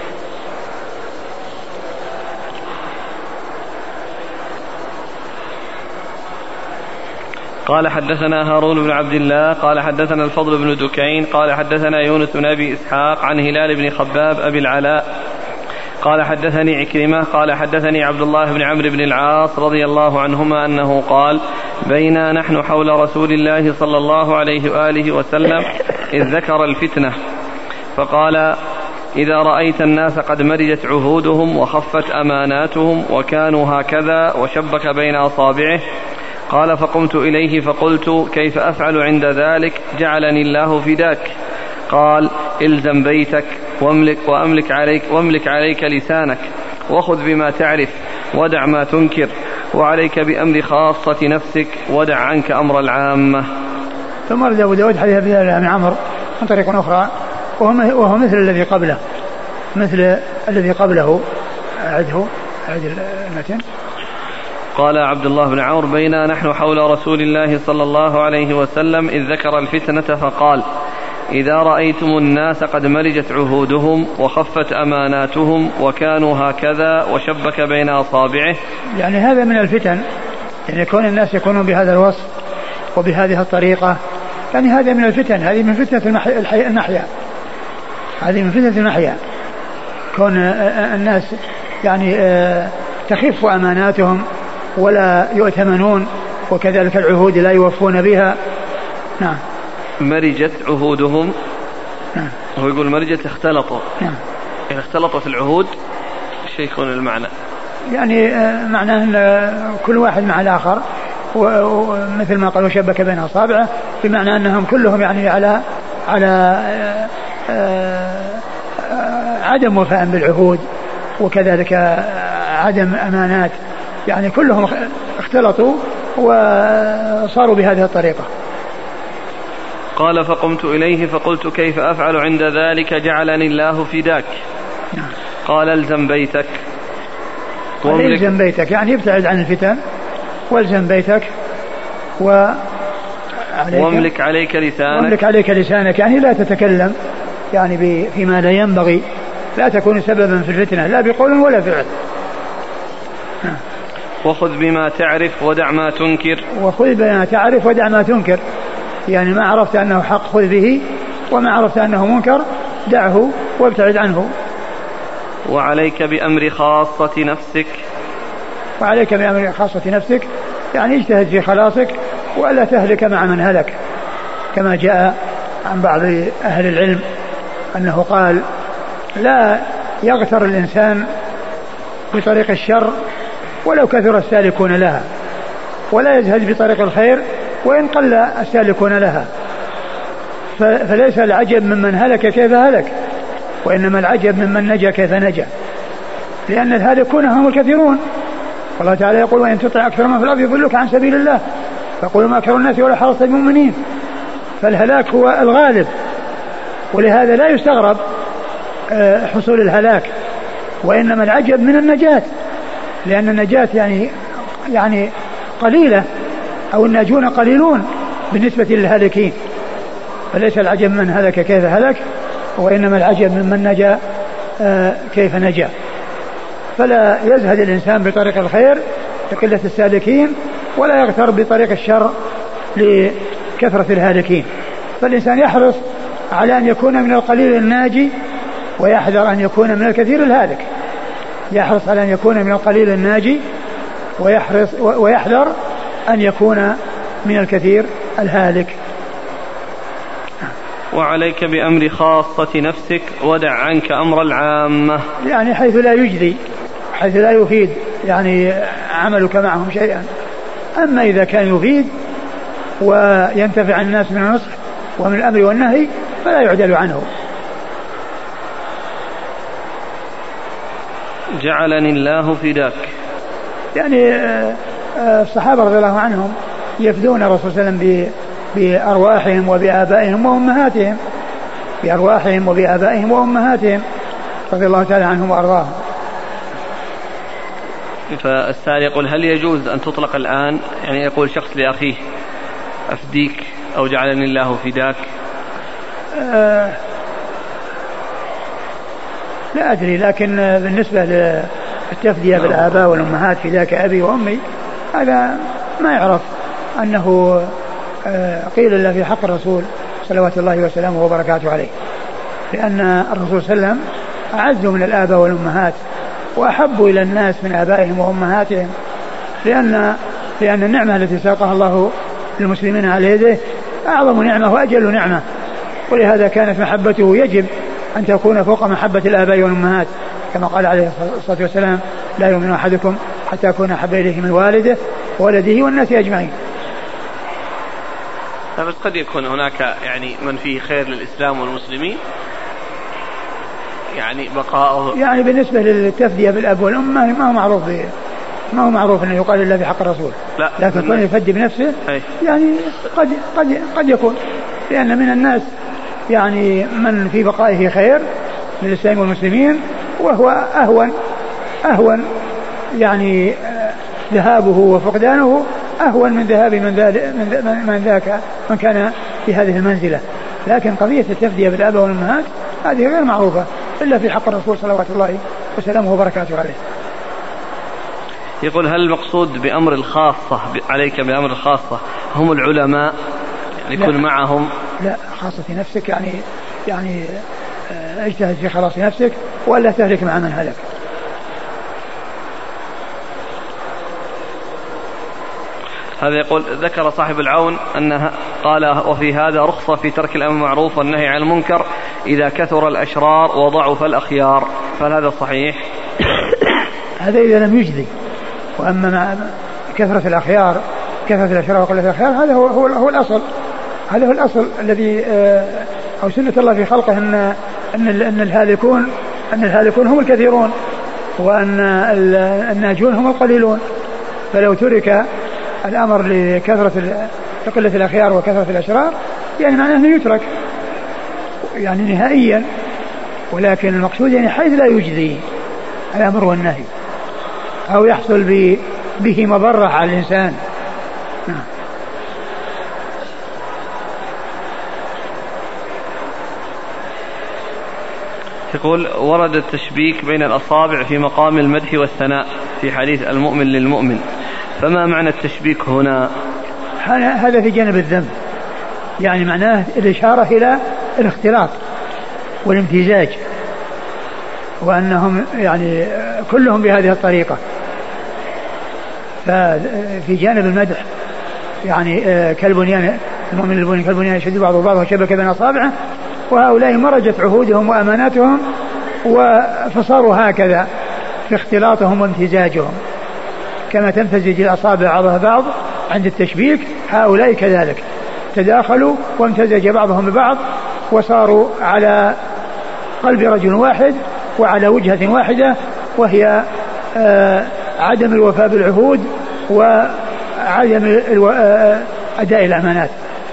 قال حدثنا هارون بن عبد الله قال حدثنا الفضل بن دكين قال حدثنا يونس بن أبي إسحاق عن هلال بن خباب أبي العلاء قال حدثني عكرمة قال حدثني عبد الله بن عمرو بن العاص رضي الله عنهما أنه قال بينا نحن حول رسول الله صلى الله عليه وآله وسلم إذ ذكر الفتنة فقال إذا رأيت الناس قد مرجت عهودهم وخفت أماناتهم وكانوا هكذا وشبك بين أصابعه قال فقمت إليه فقلت كيف أفعل عند ذلك جعلني الله فداك قال الزم بيتك واملك, وأملك عليك واملك عليك لسانك وخذ بما تعرف ودع ما تنكر وعليك بأمر خاصة نفسك ودع عنك أمر العامة. ثم رد أبو داود حديث عبد الله بن عمرو من طريق أخرى وهو مثل الذي قبله مثل الذي قبله أعده أعد المتن. قال عبد الله بن عمرو بينا نحن حول رسول الله صلى الله عليه وسلم إذ ذكر الفتنة فقال إذا رأيتم الناس قد مرجت عهودهم وخفت أماناتهم وكانوا هكذا وشبك بين أصابعه. يعني هذا من الفتن، يعني كون الناس يكونون بهذا الوصف وبهذه الطريقة، يعني هذا من الفتن، هذه من فتنة المحيا هذه من فتنة المحيا كون الناس يعني تخف أماناتهم ولا يؤتمنون وكذلك العهود لا يوفون بها. نعم. مرجت عهودهم. نعم. هو يقول مرجت اختلطوا. نعم. إذا اختلطت العهود شيء يكون المعنى يعني معناه أن كل واحد مع الآخر ومثل ما قالوا شبك بين أصابعه، بمعنى أنهم كلهم يعني على على عدم وفاء بالعهود، وكذلك عدم أمانات، يعني كلهم اختلطوا وصاروا بهذه الطريقة. قال فقمت إليه فقلت كيف أفعل عند ذلك جعلني الله فداك. قال الزم بيتك والزم بيتك يعني ابتعد عن الفتن، والزم بيتك و واملك عليك لسانك واملك عليك لسانك يعني لا تتكلم يعني فيما لا ينبغي، لا تكون سببا في الفتنة لا بقول ولا فعل. وخذ بما تعرف ودع ما تنكر وخذ بما تعرف ودع ما تنكر، يعني ما عرفت أنه حق خذ به، وما عرفت أنه منكر دعه وابتعد عنه. وعليك بأمر خاصة نفسك وعليك بأمر خاصة نفسك يعني اجتهد في خلاصك ولا تهلك مع من هلك، كما جاء عن بعض أهل العلم أنه قال لا يغتر الإنسان بطريق الشر ولو كثر السالكون لها، ولا يزهد بطريق الخير وإن قل السالكون لها. فليس العجب ممن هلك كيف هلك، وإنما العجب ممن نجا كيف نجا، لأن الهالكون هم الكثيرون. والله تعالى يقول وإن تطع أكثر من في الأرض يضلوك عن سبيل الله فقولوا ما أكثر الناس ولا حرصت المؤمنين. فالهلاك هو الغالب، ولهذا لا يستغرب حصول الهلاك، وإنما العجب من النجاة، لأن النجاة يعني يعني قليلة، أو الناجون قليلون بالنسبة للهالكين. فليس العجب من هلك كيف هلك، وإنما العجب ممن نجا كيف نجا. فلا يزهد الإنسان بطريق الخير لقلة السالكين، ولا يغتر بطريق الشر لكثرة الهالكين. فالإنسان يحرص على أن يكون من القليل الناجي، ويحذر أن يكون من الكثير الهالك. يحرص على أن يكون من القليل الناجي، ويحرص ويحذر أن يكون من الكثير الهالك. وعليك بأمر خاصة نفسك ودع عنك أمر العامة، يعني حيث لا يجدي، حيث لا يفيد يعني عملك معهم شيئا. أما إذا كان يفيد وينتفع الناس من النصح ومن الأمر والنهي فلا يعدل عنه. جعلني الله فداك، يعني الصحابة رضي الله عنهم يفدون الرسول صلى الله عليه وسلم بأرواحهم وبآبائهم وأمهاتهم، بأرواحهم وبآبائهم وأمهاتهم رضي الله تعالى عنهم وأرضاهم. فالسائل يقول هل يجوز أن تطلق الآن، يعني يقول شخص لأخيه أفديك أو جعلني الله فداك؟ أه لا أدري، لكن بالنسبة للتفدية بالآباء والأمهات فداك أبي وأمي هذا ما يعرف أنه قيل إلا في حق الرسول صلوات الله وسلامه وبركاته عليه، لأن الرسول صلى الله عليه وسلم أعز من الآباء والأمهات وأحب إلى الناس من آبائهم وأمهاتهم، لأن لأن النعمة التي ساقها الله للمسلمين على يده أعظم نعمة وأجل نعمة، ولهذا كانت محبته يجب أن تكون فوق محبة الآباء والأمهات، كما قال عليه الصلاة والسلام لا يؤمن أحدكم حتى أكون أحب إليه من والده وولده والناس أجمعين. بس قد يكون هناك يعني من فيه خير للإسلام والمسلمين، يعني بقاءه يعني بالنسبة للتفدية بالأب والأم ما هو معروف به، ما هو معروف أنه يقال إلا في حق الرسول، لا لكن كون يفدي بنفسه أي. يعني قد قد قد يكون، لأن من الناس يعني من في بقائه خير للإسلام والمسلمين، وهو أهون أهون يعني ذهابه وفقدانه أهون من ذهاب من ذلك من, من ذاك من كان في هذه المنزلة. لكن قضية التفدية بالآباء والأمهات هذه غير معروفة إلا في حق الرسول صلوات الله وسلامه وبركاته عليه. يقول هل المقصود بأمر الخاصة عليك بأمر الخاصة هم العلماء يعني يكون معهم؟ لا، خاصة نفسك يعني يعني اجتهد في خلاص نفسك ولا تهلك مع من هلك. هذا يقول ذكر صاحب العون أنها قال وفي هذا رخصة في ترك الأمر بالمعروف والنهي عن المنكر إذا كثر الأشرار وضعف الأخيار، فهل هذا صحيح؟ هذا إذا لم يجدي، وأما مع كثرة الأخيار كثرة الأشرار وقلة الأخيار هذا هو, هو, هو الأصل، هذا هو الأصل الذي أو سنة الله في خلقه أن أن أن الهالكون أن الهالكون هم الكثيرون وأن الناجون هم القليلون. فلو ترك الأمر لكثرة لقلة الأخيار وكثرة الأشرار يعني معناه أنه يترك يعني نهائيا. ولكن المقصود يعني حيث لا يجزي الأمر والنهي أو يحصل به مضرة على الإنسان. يقول ورد التشبيك بين الأصابع في مقام المدح والثناء في حديث المؤمن للمؤمن، فما معنى التشبيك هنا؟ هذا في جانب الذنب، يعني معناه الإشارة إلى الاختلاط والامتزاج، وأنهم يعني كلهم بهذه الطريقة. ففي جانب المدح يعني كالبنيان المؤمن للمؤمن كالبنيان يشد بعضه بعضه وشبك بين أصابعه، وهؤلاء مرجت عهودهم وأماناتهم فصاروا هكذا في اختلاطهم وامتزاجهم كما تمتزج الأصابع بعضها بعض عند التشبيك، هؤلاء كذلك تداخلوا وامتزج بعضهم ببعض وصاروا على قلب رجل واحد وعلى وجهة واحدة، وهي آه عدم الوفاء بالعهود وعدم أداء الأمانات.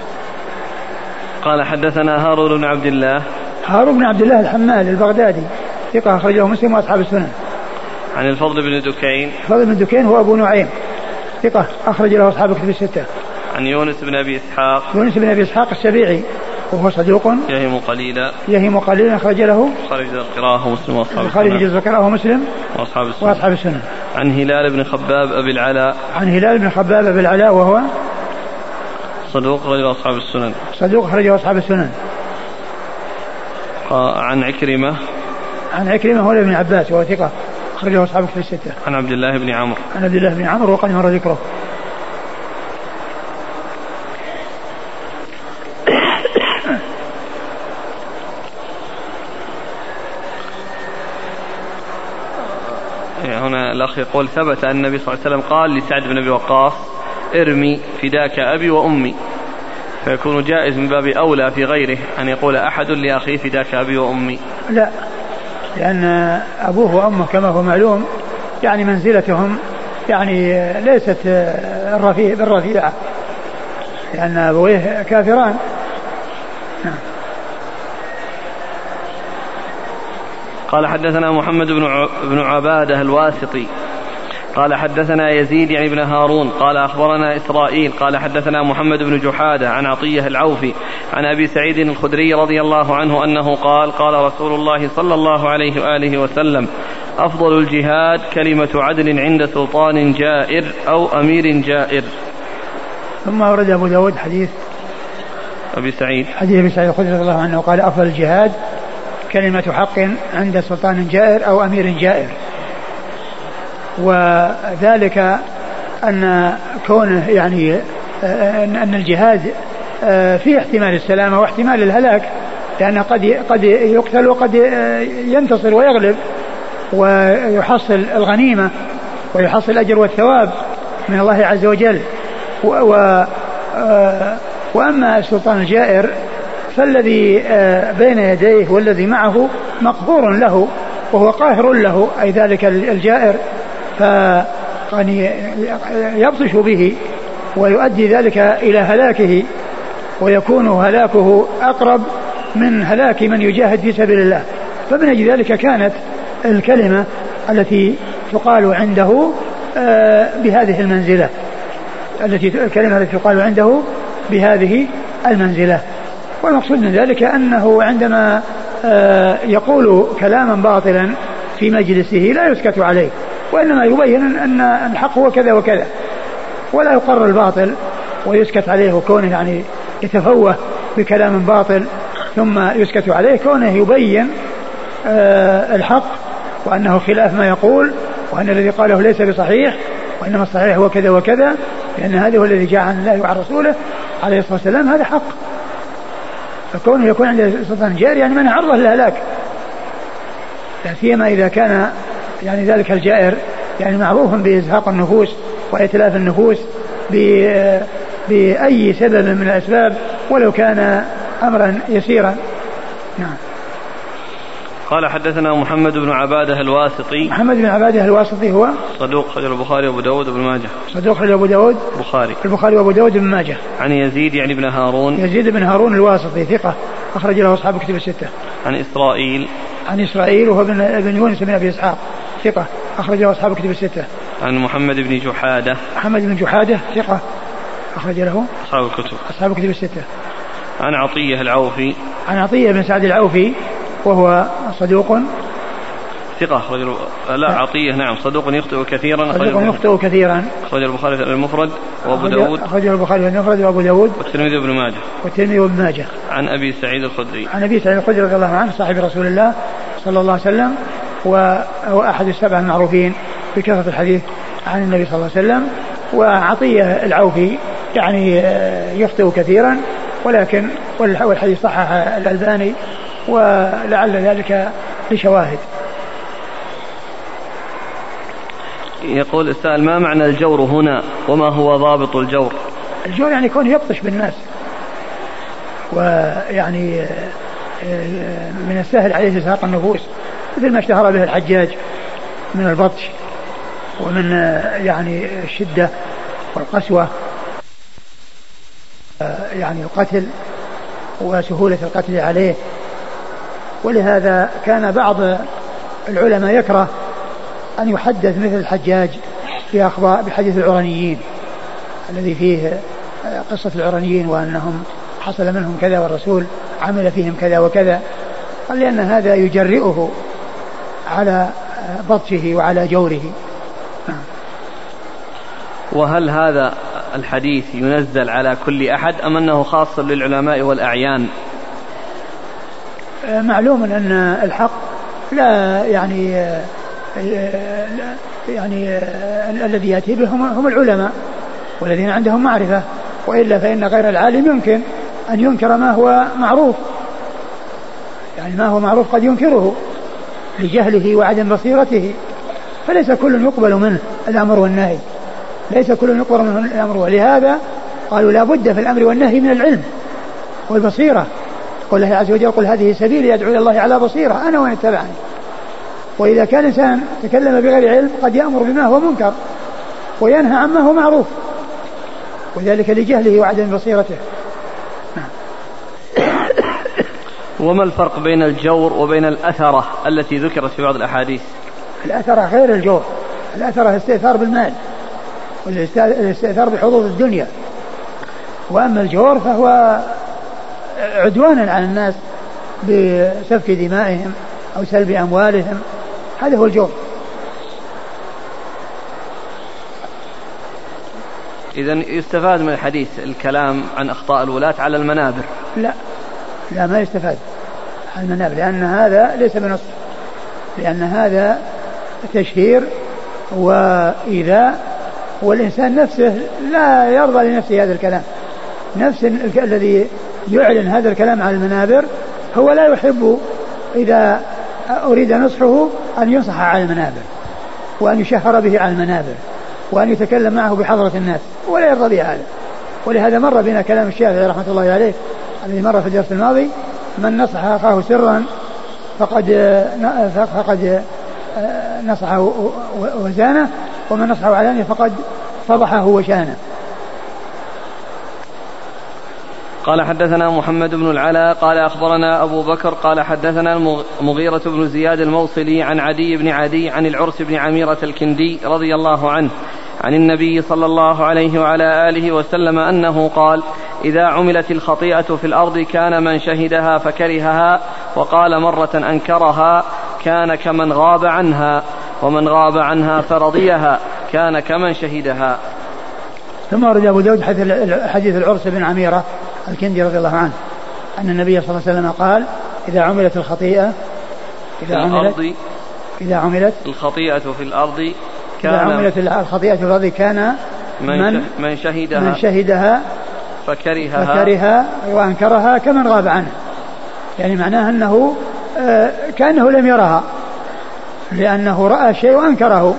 قال حدثنا هارون بن عبد الله هارون بن عبد الله الحمال البغدادي ثقة أخرجه مسلم وأصحاب السنن. عن الفضل بن دكين الفضل بن دكين هو أبو نعيم ثقة أخرج له أصحاب الكتب الستة. عن يونس بن أبي إسحاق يونس بن أبي إسحاق السبيعي وهو صدوق يهم قليلا يهم قليلا أخرج له خارج القراءة مسلم وأصحاب السنن خارج القراءة مسلم وأصحاب السنن. وأصحاب السنن. عن هلال بن خباب أبي العلاء عن هلال بن خباب أبي العلاء وهو صدوق خرج أصحاب السنن صدوق خرج أصحاب السنن. عن عكرمة عن عكرمة هو ابن عباس وهو ثقة خرجه أصحاب الكتب الستة. عن عبد الله بن عمرو عن عبد الله بن عمرو وقد مر ذكره. هنا الأخ يقول ثبت أن النبي صلى الله عليه وسلم قال لسعد بن أبي وقاص ارمي فداك أبي وأمي، فيكون جائز من باب أولى في غيره أن يقول أحد لأخيه فداك أبي وأمي. لا، لأن أبوه وأمه كما هو معلوم يعني منزلتهم يعني ليست الرفيع بالرفيعة، لأن أبويه كافران. نعم. قال حدثنا محمد بن عبادة الواسطي قال حدثنا يزيد يعني بن هارون قال أخبرنا إسرائيل قال حدثنا محمد بن جحادة عن عطية العوفي عن أبي سعيد الخدري رضي الله عنه أنه قال قال رسول الله صلى الله عليه وآله وسلم أفضل الجهاد كلمة عدل عند سلطان جائر أو أمير جائر. ثم ورد أبو داود حديث أبي سعيد حديث أبي سعيد الخدري رضي الله عنه قال أفضل الجهاد كلمة حق عند سلطان جائر أو أمير جائر، وذلك أن كونه يعني أن الجهاد فيه احتمال السلامة واحتمال الهلاك، لأن قد قد يقتل وقد ينتصر ويغلب ويحصل الغنيمة ويحصل الأجر والثواب من الله عز وجل. و وأما السلطان الجائر فالذي بين يديه والذي معه مقهور له وهو قاهر له، أي ذلك الجائر، فيبطش به ويؤدي ذلك إلى هلاكه، ويكون هلاكه أقرب من هلاك من يجاهد في سبيل الله. فمن أجل ذلك كانت الكلمة التي تقال عنده بهذه المنزلة التي الكلمة التي تقال عنده بهذه المنزلة. والمقصود من ذلك أنه عندما يقول كلاما باطلا في مجلسه لا يسكت عليه، وإنما يبين أن الحق هو كذا وكذا، ولا يقر الباطل ويسكت عليه، وكونه يعني يتفوه بكلام باطل ثم يسكت عليه، كونه يبين الحق وأنه خلاف ما يقول، وأن الذي قاله ليس بصحيح، وإنما الصحيح هو كذا وكذا، لأن هذا هو الذي جاء عن الله وعن رسوله عليه الصلاة والسلام، هذا حق. فكونه يكون عند سلطان جائر يعني من عرضه للهلاك، لا سيما إذا كان يعني ذلك الجائر يعني معروف بإزهاق النفوس وإتلاف النفوس بأي سبب من الأسباب ولو كان أمرا يسيرا. نعم. قال حدثنا محمد بن عبادة الواسطي. محمد بن عبادة الواسطي هو صدوق خرج البخاري وابو داود وابن ماجه. صدوق خرج ابو داود البخاري البخاري وابو داود وابن ماجه. عن يزيد يعني بن هارون. يزيد بن هارون الواسطي ثقة أخرج له أصحاب كتب الستة. عن إسرائيل. عن إسرائيل وهو ابن ابن يونس بن أبي إسحاق ثقة أخرج له أصحاب كتب الستة. عن محمد بن جحادة. محمد بن جحادة ثقة أخرج له أصحاب الكتب أصحاب كتب الستة. عن عطية العوفي. عن عطية بن سعد العوفي وهو صدوق ثقة أخرج لا عطية نعم صدوق يخطئ كثيرا. صدوق يخطئ كثيرا. أخرج البخاري المفرد وأبو داود. أخرج البخاري المفرد وأبو داود والترمذي وابن ماجه. والترمذي وابن ماجه. عن أبي سعيد الخدري. عن أبي سعيد الخدري رضي الله عنه صاحب رسول الله صلى الله عليه وسلم وهو أحد السبعة المعروفين بكثرة الحديث عن النبي صلى الله عليه وسلم. وعطية العوفي يعني يخطئ كثيرا ولكن والحديث صحح الألباني ولعل ذلك لشواهد. يقول السائل ما معنى الجور هنا وما هو ضابط الجور؟ الجور يعني يكون يبطش بالناس ويعني من السهل عليه إزهاق النفوس مثل ما اشتهر به الحجاج من البطش ومن يعني الشدة والقسوة يعني القتل وسهولة القتل عليه. ولهذا كان بعض العلماء يكره أن يحدث مثل الحجاج في أخبار بحديث العرنيين الذي فيه قصة العرنيين وأنهم حصل منهم كذا والرسول عمل فيهم كذا وكذا قال لأن هذا يجرئه على بطشه وعلى جوره. وهل هذا الحديث ينزل على كل أحد أم أنه خاص للعلماء والأعيان؟ معلوم أن الحق لا يعني يعني الذي يأتي بهم هم العلماء والذين عندهم معرفة وإلا فإن غير العالم يمكن أن ينكر ما هو معروف يعني ما هو معروف قد ينكره لجهله وعدم بصيرته فليس كل يقبل منه الأمر والنهي ليس كل يقبل منه الأمر. ولهذا قالوا لا بد في الأمر والنهي من العلم والبصيرة. قل الله عز وجل قل هذه سبيلي يدعو إلى الله على بصيرة أنا ومن اتبعني. وإذا كان إنسان تكلم بغير علم قد يأمر بما هو منكر وينهى عما هو معروف وذلك لجهله وعدم بصيرته. وما الفرق بين الجور وبين الأثرة التي ذكرت في بعض الأحاديث؟ الأثرة غير الجور. الأثرة استئثار بالمال والاستئثار بحظوظ الدنيا. وأما الجور فهو عدوانا على الناس بسفك دمائهم أو سلب أموالهم هذا هو الجور. إذن يستفاد من الحديث الكلام عن أخطاء الولاة على المنابر؟ لا لا ما يستفاد على المنابر لأن هذا ليس بنص لأن هذا تشهير وإيذاء والإنسان نفسه لا يرضى لنفسه هذا الكلام. نفس الذي يعلن هذا الكلام على المنابر هو لا يحب إذا أريد نصحه أن ينصح على المنابر وأن يشهر به على المنابر وأن يتكلم معه بحضرة الناس ولا يرضى بهذا. ولهذا مر بنا كلام الشافعي رحمة الله عليه الذي مر في الدرس الماضي من نصح أخاه سرا فقد فقد نصحه وزانه ومن نصحه علانية فقد فضحه وشانه. قال حدثنا محمد بن العلاء قال أخبرنا أبو بكر قال حدثنا المغيرة بن زياد الموصلي عن عدي بن عدي عن العرس بن عميرة الكندي رضي الله عنه عن النبي صلى الله عليه وعلى آله وسلم أنه قال إذا عملت الخطيئة في الأرض كان من شهدها فكرهها وقال مرة أنكرها كان كمن غاب عنها ومن غاب عنها فرضيها كان كمن شهدها. ثم ورد أبو داود حديث العرس بن عميرة الكندي رضي الله عنه أن النبي صلى الله عليه وسلم قال إذا عملت الخطيئة إذا عملت إذا عملت الخطيئة في الأرض كان إذا عملت الخطيئة في الأرض كان من من شهدها من شهدها فكرهها فكرهها وأنكرها كمن غاب عنها يعني معناه أنه كأنه لم يرها لأنه رأى شيء وأنكره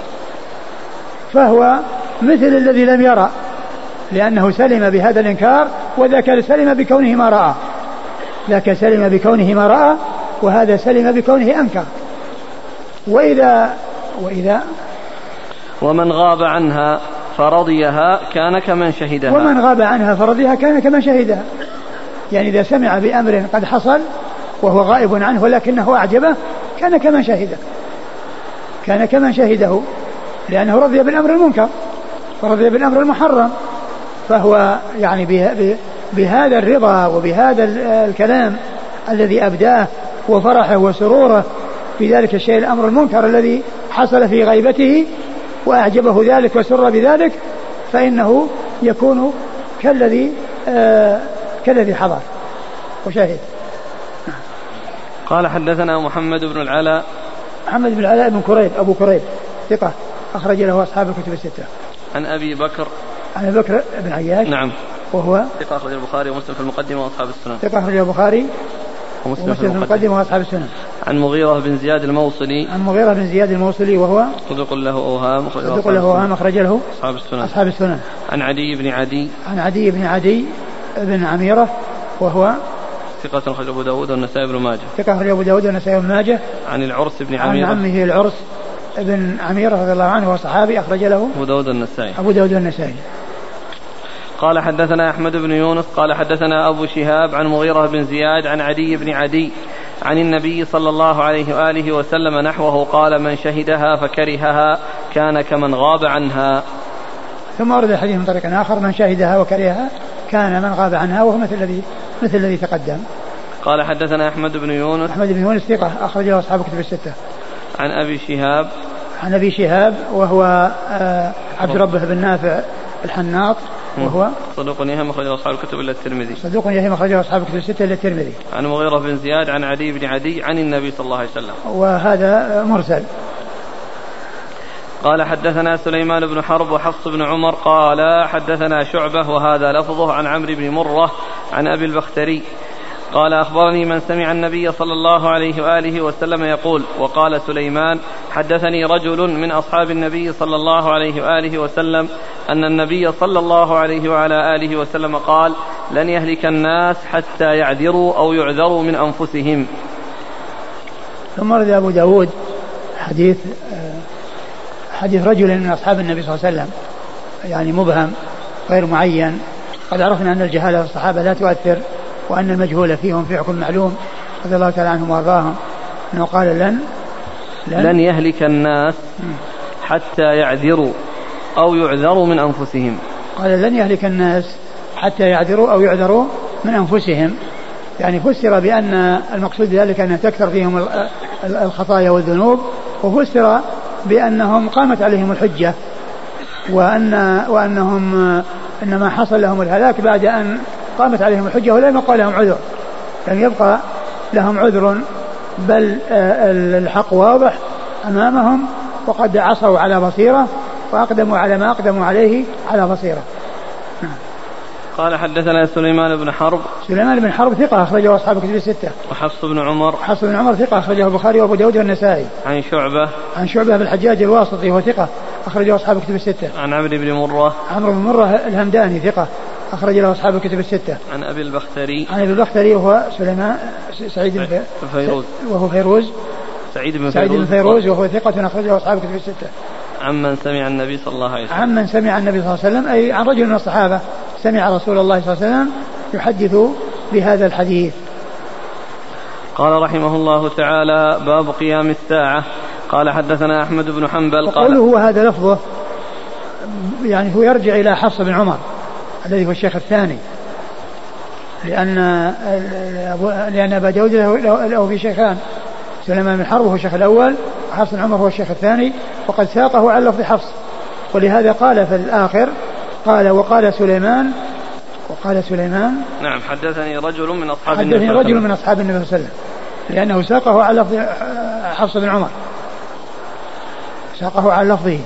فهو مثل الذي لم يرى لأنه سلم بهذا الإنكار وذاك سلم بكونه ما رأى. لكن سلم بكونه ما رأى، وهذا سلم بكونه أنكر. وإذا وإذا ومن غاب عنها فرضيها كان كمن شهدها. ومن غاب عنها فرضيها كان كمن شهدها. يعني إذا سمع بأمر قد حصل وهو غائب عنه ولكنه أعجبه كان كمن شهده كان كمن شهده لأنه رضي بالأمر المنكر ورضي بالأمر المحرم. فهو يعني بهذا الرضا وبهذا الكلام الذي أبداه وفرحه وسروره في ذلك الشيء الأمر المنكر الذي حصل في غيبته وأعجبه ذلك وسر بذلك، فإنه يكون كالذي آه كالذي حضر وشاهد. قال حدثنا محمد بن العلاء محمد بن العلاء بن كريب أبو كريب ثقة أخرج له أصحاب الكتب الستة. عن أبي بكر عن أبي بكر بن عياش نعم وهو ثقة أخرج البخاري ومسلم في المقدمة وأصحاب السنن. ثقة أخرج البخاري ومسلم في المقدمة وأصحاب السنن. عن مغيرة بن زياد الموصلي عن مغيرة بن زياد الموصلي وهو صدوق له أوهام صدوق له أوهام أخرج له أصحاب السنن. أصحاب السنن. عن عدي بن عدي عن عدي بن عدي بن عميرة وهو ثقة أخرج أبو داود والنسائي بن ماجه. ثقة أخرج أبو داود والنسائي بن ماجه. عن العرس بن عميرة عن عمه العرس بن عميرة رضي الله عنه وصحابي أخرج له أبو داود والنسائي. أبو داود والنسائي. قال حدثنا أحمد بن يونس قال حدثنا أبو شهاب عن مغيرة بن زياد عن عدي بن عدي عن النبي صلى الله عليه وآله وسلم نحوه قال من شهدها فكرهها كان كمن غاب عنها. ثم ورد الحديث من طريق آخر من شهدها وكرهها كان من غاب عنها وهو مثل الذي مثل الذي تقدم. قال حدثنا أحمد بن يونس أحمد بن يونس ثقة أخرجه أصحاب الكتب الستة. عن أبي شهاب عن أبي شهاب وهو عبد ربه بن نافع الحناط وهو صدوق يهم أخرجه أصحاب الكتب إلا الترمذي. صدوق يهم أخرجه أصحاب الكتب الستة إلا الترمذي. عن مغيرة بن زياد عن عدي بن عدي عن النبي صلى الله عليه وسلم وهذا مرسل. قال حدثنا سليمان بن حرب وحفص بن عمر قال حدثنا شعبة وهذا لفظه عن عمرو بن مرة عن أبي البختري قال أخبرني من سمع النبي صلى الله عليه وآله وسلم يقول. وقال سليمان حدثني رجل من أصحاب النبي صلى الله عليه وآله وسلم أن النبي صلى الله عليه وعلى آله وسلم قال لن يهلك الناس حتى يعذروا أو يعذروا من أنفسهم. ثم ورد أبو داود حديث حديث رجل من أصحاب النبي صلى الله عليه وسلم يعني مبهم غير معين. قد عرفنا أن الجهالة في الصحابة لا تؤثر وأن المجهول فيهم في حكم معلوم رضي الله تعالى عنهم وارضاهم. أنه قال لن لن, لن يهلك الناس حتى يعذروا أو يعذروا من أنفسهم. قال لن يهلك الناس حتى يعذروا أو يعذروا من أنفسهم. يعني فسر بأن المقصود بذلك أن تكثر فيهم الخطايا والذنوب، وفسر بأنهم قامت عليهم الحجة وأن وأنهم إنما حصل لهم الهلاك بعد أن قامت عليهم الحجة ولم يبقى لهم عذر لم يبقى لهم عذر بل الحق واضح أمامهم وقد عصوا على بصيرة وأقدموا على ما أقدموا عليه على بصيرة. قال حدثنا سليمان بن حرب سليمان بن حرب ثقة أخرجه أصحاب الكتب الستة. وحفص بن عمر حفص بن عمر ثقة أخرجه البخاري وأبو داود والنسائي. عن شعبة عن شعبة بالحجاج الواسطي وهو ثقة أخرجه أصحاب الكتب الستة. عن عمرو بن مرة عمرو بن مرة الهمداني ثقة أخرج له أصحاب الكتب الستة. عن أبي البختري عن أبي البختري وهو سليمان سعيد بن فيروز وهو فيروز سعيد بن سعيد بن فيروز وهو ثقة أخرجه أصحاب الكتب الستة. عمن سمع النبي صلى الله عليه وسلم عمن سمع النبي صلى الله عليه وسلم أي عن رجل من الصحابة سمع رسول الله صلى الله عليه وسلم يحدث بهذا الحديث. قال رحمه الله تعالى باب قيام الساعة. قال حدثنا أحمد بن حنبل قال قوله وهذا لفظه يعني هو يرجع إلى حفص بن عمر الذي هو الشيخ الثاني، لأن لأن أبا داود له في شيخان، سليمان بن حرب هو الشيخ الأول وحفص بن عمر هو الشيخ الثاني، وقد ساقه على لفظ حفص، ولهذا قال في الآخر قال وقال سليمان وقال سليمان نعم حدثني رجل من أصحاب النبي حدثني رجل من أصحاب النبي صلى الله عليه وسلم، لأنه ساقه على لفظ حفص بن عمر ساقه على لفظه.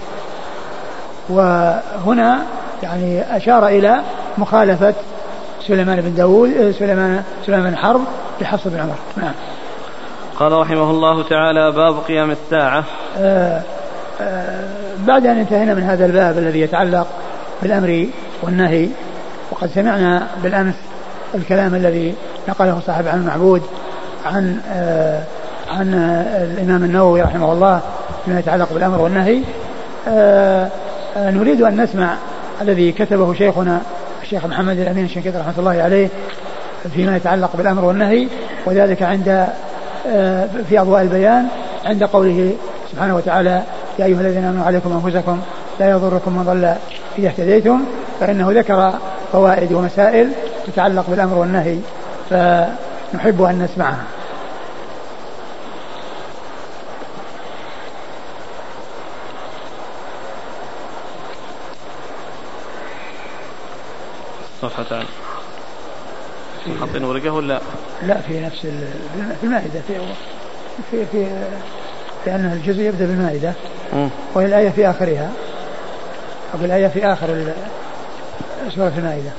وهنا يعني أشار إلى مخالفة سليمان بن داود سليمان سليمان بن حرب لحفص بن عمر. نعم. قال رحمه الله تعالى باب قيام الساعة. آآ آآ بعد أن انتهينا من هذا الباب الذي يتعلق بالأمر والنهي، وقد سمعنا بالأمس الكلام الذي نقله صاحب عن المعبود عن آه عن آه الإمام النووي رحمه الله فيما يتعلق بالأمر والنهي. آه آه نريد أن نسمع الذي كتبه شيخنا الشيخ محمد الأمين الشنقيطي رحمة الله عليه فيما يتعلق بالأمر والنهي، وذلك عند آه في أضواء البيان عند قوله سبحانه وتعالى يا أيها الذين آمنوا عليكم أنفسكم لا يضركم من ضل إذا اهتديتم، فإنه ذكر فوائد ومسائل تتعلق بالأمر والنهي فنحب أن نسمعها. صفحتان حاطين ورقة ولا لا؟ في نفس في المائدة في في في لأنه الجزء يبدأ بالمائدة وهي الآية في آخرها أو الآية في آخر سورة المائدة.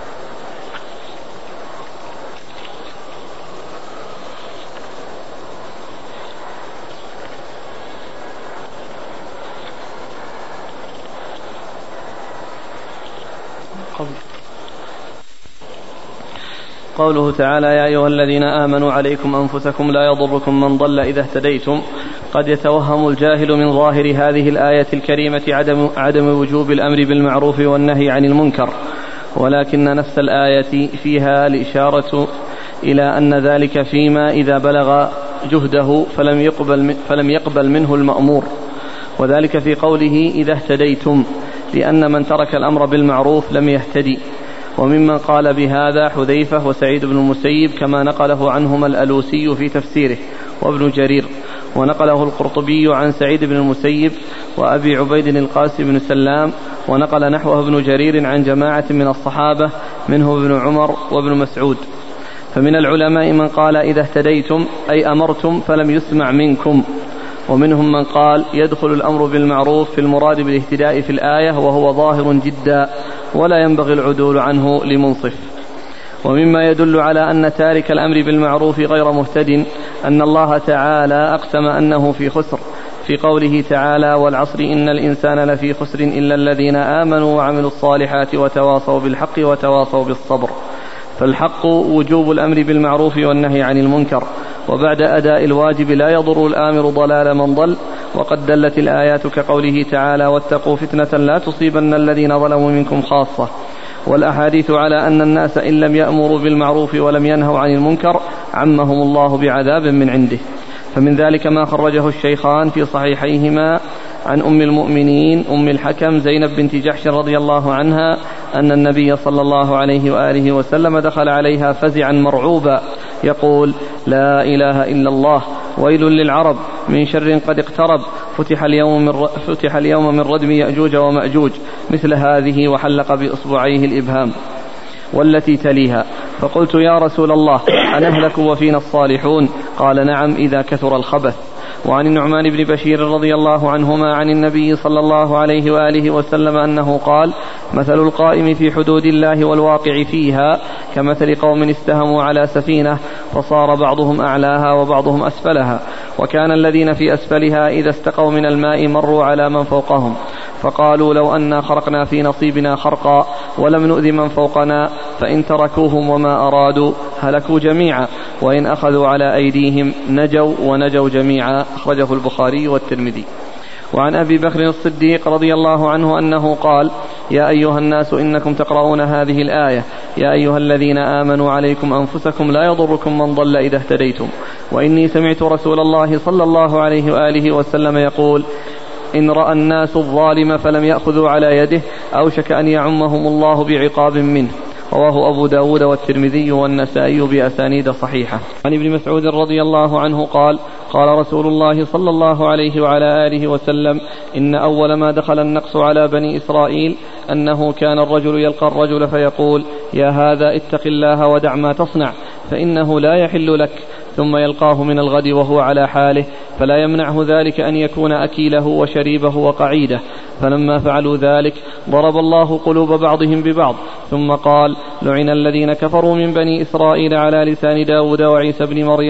قوله تعالى يا أيها الذين آمنوا عليكم أنفسكم لا يضركم من ضل إذا اهتديتم. قد يتوهم الجاهل من ظاهر هذه الآية الكريمة عدم, عدم وجوب الأمر بالمعروف والنهي عن المنكر، ولكن نفس الآية فيها الإشارة إلى أن ذلك فيما إذا بلغ جهده فلم يقبل, فلم يقبل منه المأمور، وذلك في قوله إذا اهتديتم، لأن من ترك الأمر بالمعروف لم يهتدي. وممن قال بهذا حذيفة وسعيد بن المسيب كما نقله عنهما الألوسي في تفسيره وابن جرير، ونقله القرطبي عن سعيد بن المسيب وأبي عبيد القاسم بن سلام، ونقل نحوه ابن جرير عن جماعة من الصحابة منه ابن عمر وابن مسعود. فمن العلماء من قال إذا اهتديتم أي أمرتم فلم يسمع منكم، ومنهم من قال يدخل الأمر بالمعروف في المراد بالاهتداء في الآية وهو ظاهر جدا ولا ينبغي العدول عنه لمنصف. ومما يدل على أن تارك الأمر بالمعروف غير مهتد أن الله تعالى أقسم أنه في خسر في قوله تعالى والعصر إن الإنسان لفي خسر إلا الذين آمنوا وعملوا الصالحات وتواصوا بالحق وتواصوا بالصبر. فالحق وجوب الأمر بالمعروف والنهي عن المنكر، وبعد أداء الواجب لا يضر الآمر ضلال من ضل. وقد دلت الآيات كقوله تعالى واتقوا فتنة لا تصيبن الذين ظلموا منكم خاصة، والأحاديث على أن الناس إن لم يأمروا بالمعروف ولم ينهوا عن المنكر عمهم الله بعذاب من عنده. فمن ذلك ما خرجه الشيخان في صحيحيهما عن أم المؤمنين أم الحكم زينب بنت جحش رضي الله عنها أن النبي صلى الله عليه وآله وسلم دخل عليها فزعا مرعوبا يقول لا إله إلا الله ويل للعرب من شر قد اقترب فتح اليوم من, فتح اليوم من ردم يأجوج ومأجوج مثل هذه وحلق بإصبعيه الإبهام والتي تليها. فقلت يا رسول الله أنهلك وفينا الصالحون؟ قال نعم إذا كثر الخبث. وعن النعمان بن بشير رضي الله عنهما عن النبي صلى الله عليه وآله وسلم أنه قال مثل القائم في حدود الله والواقع فيها كمثل قوم استهموا على سفينة فصار بعضهم أعلاها وبعضهم أسفلها، وكان الذين في أسفلها إذا استقوا من الماء مروا على من فوقهم فقالوا لو أنا خرقنا في نصيبنا خرقا ولم نؤذ من فوقنا، فإن تركوهم وما أرادوا هلكوا جميعا، وإن أخذوا على أيديهم نجوا ونجوا جميعا. أخرجه البخاري والترمذي. وعن أبي بكر الصديق رضي الله عنه أنه قال يا أيها الناس إنكم تقرؤون هذه الآية يا أيها الذين آمنوا عليكم أنفسكم لا يضركم من ضل إذا اهتديتم، وإني سمعت رسول الله صلى الله عليه وآله وسلم يقول إن رأى الناس الظالم فلم يأخذوا على يده أوشك أن يعمهم الله بعقاب منه. رواه أبو داود والترمذي والنسائي بأسانيد صحيحة. عن ابن مسعود رضي الله عنه قال قال رسول الله صلى الله عليه وعلى آله وسلم إن أول ما دخل النقص على بني إسرائيل أنه كان الرجل يلقى الرجل فيقول يا هذا اتق الله ودع ما تصنع فإنه لا يحل لك، ثم يلقاه من الغد وهو على حاله فلا يمنعه ذلك أن يكون أكيله وشريبه وقعيده. فلما فعلوا ذلك ضرب الله قلوب بعضهم ببعض، ثم قال لعن الذين كفروا من بني إسرائيل على لسان داود وعيسى بن مريم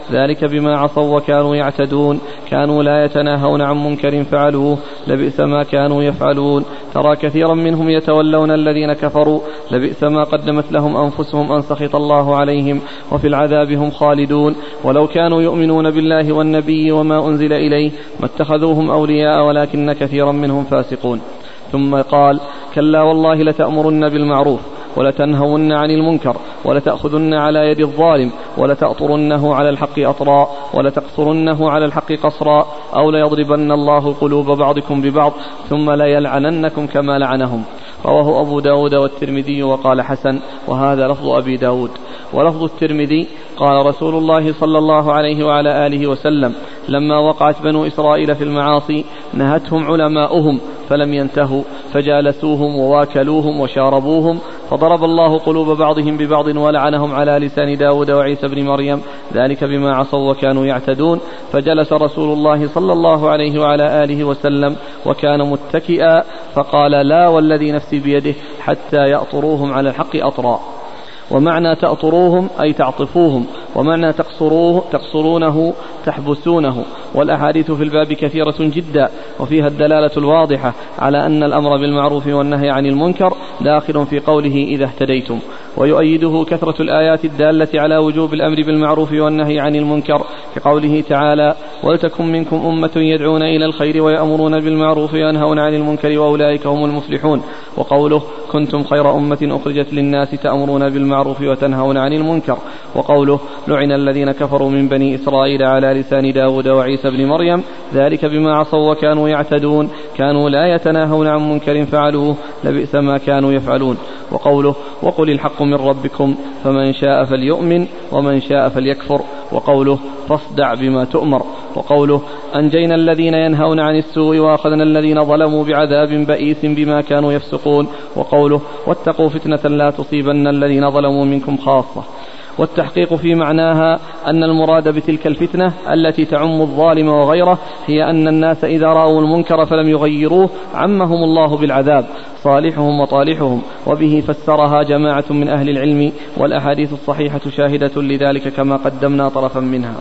ذلك بما عصوا وكانوا يعتدون كانوا لا يتناهون عن منكر فعلوه لبئس ما كانوا يفعلون ترى كثيرا منهم يتولون الذين كفروا لبئس ما قدمت لهم أنفسهم أن سخط الله عليهم وفي العذاب هم خالدون ولو كانوا يؤمنون بالله والنبي وما أنزل إليه ما اتخذوهم أولياء ولكن كثيرا منهم فاسقون. ثم قال كلا والله لتأمرن بالمعروف ولتنهون عن المنكر ولتأخذن على يد الظالم ولتأطرنه على الحق أطرا ولتقصرنه على الحق قصرا أو ليضربن الله قلوب بعضكم ببعض ثم ليلعننكم كما لعنهم. رواه أبو داود والترمذي وقال حسن وهذا لفظ أبي داود. ولفظ الترمذي قال رسول الله صلى الله عليه وعلى آله وسلم لما وقعت بنو إسرائيل في المعاصي نهتهم علماؤهم فلم ينتهوا فجالسوهم وواكلوهم وشاربوهم فضرب الله قلوب بعضهم ببعض ولعنهم على لسان داود وعيسى بن مريم ذلك بما عصوا وكانوا يعتدون. فجلس رسول الله صلى الله عليه وعلى آله وسلم وكان متكئا فقال لا والذي نفسي بيده حتى يأطروهم على الحق أطرا. ومعنى تأطروهم أي تعطفوهم ومعنى تقصروه تقصرونه تحبسونه. والأحاديث في الباب كثيرة جدا وفيها الدلالة الواضحة على أن الأمر بالمعروف والنهي عن المنكر داخل في قوله إذا اهتديتم. ويؤيده كثرة الآيات الدالة على وجوب الأمر بالمعروف والنهي عن المنكر كقوله تعالى ولتكن منكم أمة يدعون إلى الخير ويأمرون بالمعروف وينهون عن المنكر وأولئك هم المفلحون. وقوله كنتم خير أمة أخرجت للناس تأمرون بالمعروف وتنهون عن المنكر. وقوله لعن الذين كفروا من بني إسرائيل على لسان داود وعيسى بن مريم ذلك بما عصوا وكانوا يعتدون كانوا لا يتناهون عن منكر فعلوه لبئس ما كانوا يفعلون. وقوله وقل الحق من ربكم فمن شاء فليؤمن ومن شاء فليكفر. وقوله فاصدع بما تؤمر. وقوله أنجينا الذين ينهون عن السوء وأخذنا الذين ظلموا بعذاب بئيس بما كانوا يفسقون. وقوله واتقوا فتنة لا تصيبن الذين ظلموا منكم خاصة. والتحقيق في معناها أن المراد بتلك الفتنة التي تعم الظالم وغيره هي أن الناس إذا رأوا المنكر فلم يغيروه عمهم الله بالعذاب صالحهم وطالحهم. وبه فسرها جماعة من أهل العلم والأحاديث الصحيحة شاهدة لذلك كما قدمنا طرفا منها.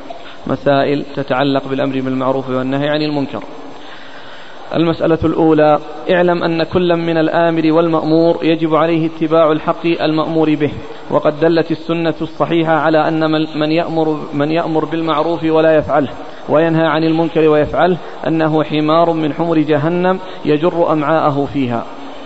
مسائل تتعلق بالأمر بالمعروف والنهي عن المنكر. المسألة الأولى اعلم أن كل من الآمر والمأمور يجب عليه اتباع الحق المأمور به. وقد دلت السنة الصحيحة على أن من يأمر, من يأمر بالمعروف ولا يفعله وينهى عن المنكر ويفعله أنه حمار من حمر جهنم يجر أمعاءه فيها.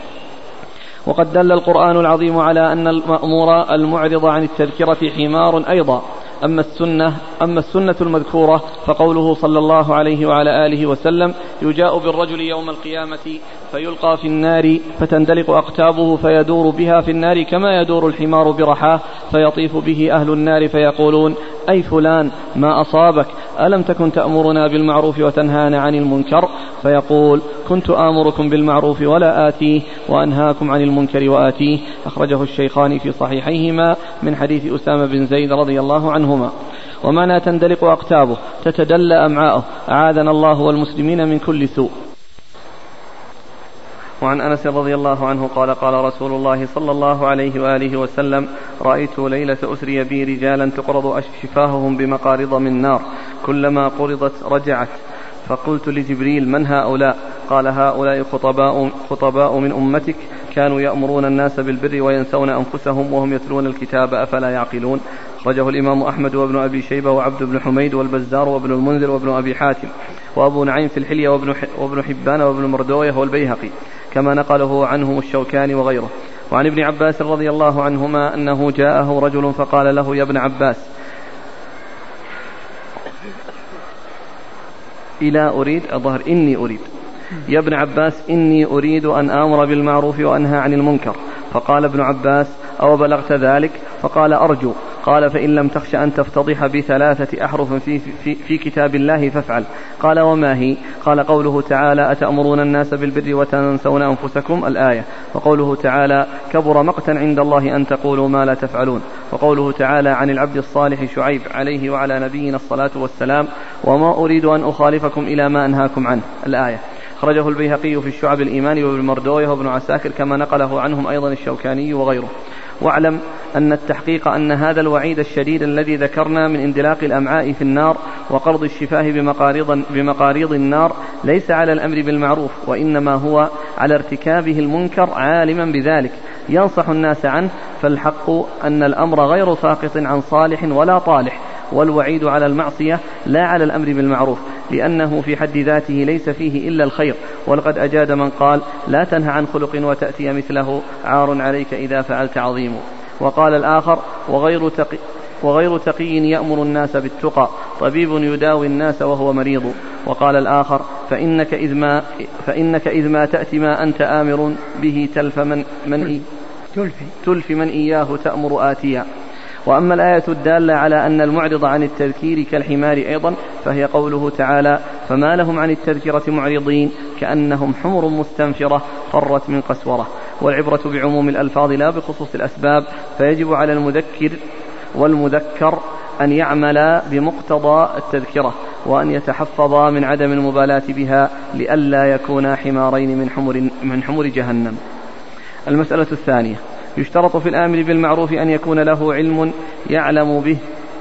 وقد دل القرآن العظيم على أن المأمور المعرض عن التذكرة حمار أيضا. أما السنة, أما السنة المذكورة فقوله صلى الله عليه وعلى آله وسلم يجاء بالرجل يوم القيامة فيلقى في النار فتندلق أقتابه فيدور بها في النار كما يدور الحمار برحاه فيطيف به أهل النار فيقولون أي فلان ما أصابك ألم تكن تأمرنا بالمعروف وتنهانا عن المنكر فيقول كنت آمركم بالمعروف ولا آتيه وأنهاكم عن المنكر وآتيه. أخرجه الشيخان في صحيحيهما من حديث أسامة بن زيد رضي الله عنهما. ومعنى تندلق أقتابه تتدلى أمعاؤه أعاذنا الله والمسلمين من كل سوء. وعن أنس رضي الله عنه قال قال رسول الله صلى الله عليه وآله وسلم رأيت ليلة أسري بي رجالا تقرض شفاههم بمقارض من نار كلما قرضت رجعت فقلت لجبريل من هؤلاء؟ قال هؤلاء خطباء, خطباء من أمتك كانوا يأمرون الناس بالبر وينسون أنفسهم وهم يتلون الكتاب أفلا يعقلون. أخرجه الإمام أحمد وابن أبي شيبة وعبد بن حميد والبزار وابن المنذر وابن أبي حاتم وأبو نعيم في الحلية وابن حبان وابن مردوية والبيهقي كما نقله عنهم الشوكاني وغيره. وعن ابن عباس رضي الله عنهما أنه جاءه رجل فقال له يا ابن عباس إلى أريد الظهر إني أريد يا ابن عباس إني أريد أن آمر بالمعروف وأنهى عن المنكر. فقال ابن عباس أو بلغت ذلك؟ فقال أرجو. قال فإن لم تخش أن تفتضح بثلاثة أحرف في, في, في كتاب الله فافعل. قال وما هي؟ قال قوله تعالى أتأمرون الناس بالبر وتنسون أنفسكم الآية. وقوله تعالى كبر مقتا عند الله أن تقولوا ما لا تفعلون. وقوله تعالى عن العبد الصالح شعيب عليه وعلى نبينا الصلاة والسلام وما أريد أن أخالفكم إلى ما أنهاكم عنه الآية. أخرجه البيهقي في الشعب الإيمان وابن مردويه وابن عساكر كما نقله عنهم أيضا الشوكاني وغيره. واعلم أن التحقيق أن هذا الوعيد الشديد الذي ذكرنا من اندلاق الأمعاء في النار وقرض الشفاه بمقاريض, بمقاريض النار ليس على الأمر بالمعروف، وإنما هو على ارتكابه المنكر عالما بذلك ينصح الناس عنه. فالحق أن الأمر غير ساقط عن صالح ولا طالح، والوعيد على المعصية لا على الأمر بالمعروف، لأنه في حد ذاته ليس فيه إلا الخير. ولقد أجاد من قال لا تنهى عن خلق وتأتي مثله عار عليك إذا فعلت عظيم. وقال الآخر وغير تقي, وغير تقي يأمر الناس بالتقى، طبيب يداوي الناس وهو مريض. وقال الآخر فإنك إذ ما, فإنك إذ ما تأتي ما أنت آمر به تلف من, من, تلف من إياه تأمر آتيا. وأما الآية الدالة على أن المعرض عن التذكير كالحمار أيضا فهي قوله تعالى فما لهم عن التذكرة معرضين كأنهم حمر مستنفرة فرت من قسورة. والعبرة بعموم الألفاظ لا بخصوص الأسباب، فيجب على المذكر والمذكر أن يعمل بمقتضى التذكرة وأن يتحفظا من عدم المبالاة بها لئلا يكونا حمارين من حمر, من حمر جهنم. المسألة الثانية يشترط في الآمر بالمعروف أن يكون له علم يعلم به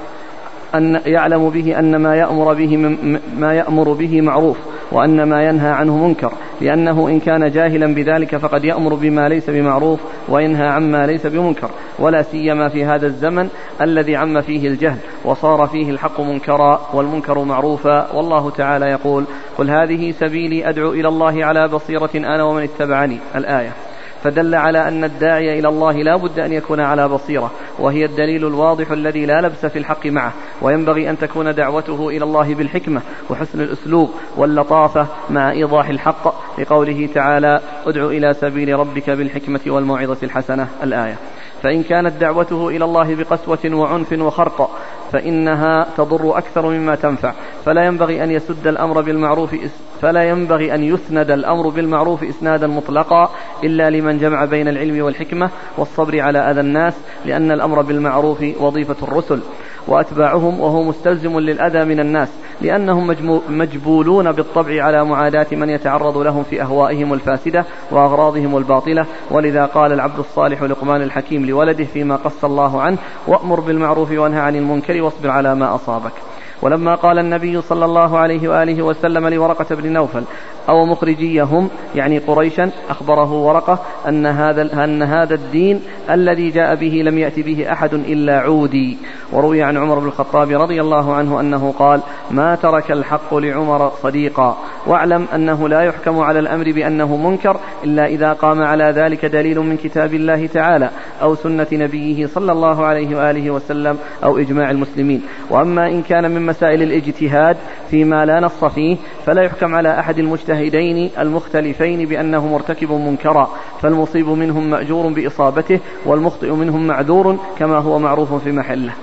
أن يعلم به أن ما يأمر به ما يأمر به معروف وأن ما ينهى عنه منكر، لأنه إن كان جاهلا بذلك فقد يأمر بما ليس بمعروف وينهى عما ليس بمنكر، ولا سيما في هذا الزمن الذي عم فيه الجهل وصار فيه الحق منكرا والمنكر معروفا. والله تعالى يقول قل هذه سبيلي أدعو إلى الله على بصيرة أنا ومن اتبعني الآية. فدل على أن الداعي إلى الله لا بد أن يكون على بصيرة، وهي الدليل الواضح الذي لا لبس في الحق معه. وينبغي أن تكون دعوته إلى الله بالحكمة وحسن الأسلوب واللطافة مع إيضاح الحق، لقوله تعالى ادع إلى سبيل ربك بالحكمة والموعظة الحسنة الآية. فإن كانت دعوته إلى الله بقسوة وعنف وخرق فإنها تضر أكثر مما تنفع، فلا ينبغي أن يسد الأمر بالمعروف فلا ينبغي أن يسند الأمر بالمعروف إسنادا مطلقا إلا لمن جمع بين العلم والحكمة والصبر على أذى الناس، لأن الأمر بالمعروف وظيفة الرسل وأتباعهم، وهو مستلزم للأذى من الناس، لأنهم مجبولون بالطبع على معاداة من يتعرض لهم في أهوائهم الفاسدة وأغراضهم الباطلة. ولذا قال العبد الصالح لقمان الحكيم لولده فيما قص الله عنه وأمر بالمعروف وانهى عن المنكر واصبر على ما أصابك. ولما قال النبي صلى الله عليه وآله وسلم لورقة بن نوفل أو مخرجيهم يعني قريشا، أخبره ورقة أن هذا, أن هذا الدين الذي جاء به لم يأتي به أحد إلا عودي. وروي عن عمر بن الخطاب رضي الله عنه أنه قال ما ترك الحق لعمر صديقا. واعلم أنه لا يحكم على الأمر بأنه منكر إلا إذا قام على ذلك دليل من كتاب الله تعالى أو سنة نبيه صلى الله عليه وآله وسلم أو إجماع المسلمين. وأما إن كان من مسائل الاجتهاد فيما لا نص فيه فلا يحكم على أحد المجتهدين المختلفين بأنه مرتكب منكرا، فالمصيب منهم مأجور بإصابته والمخطئ منهم معذور كما هو معروف في محله.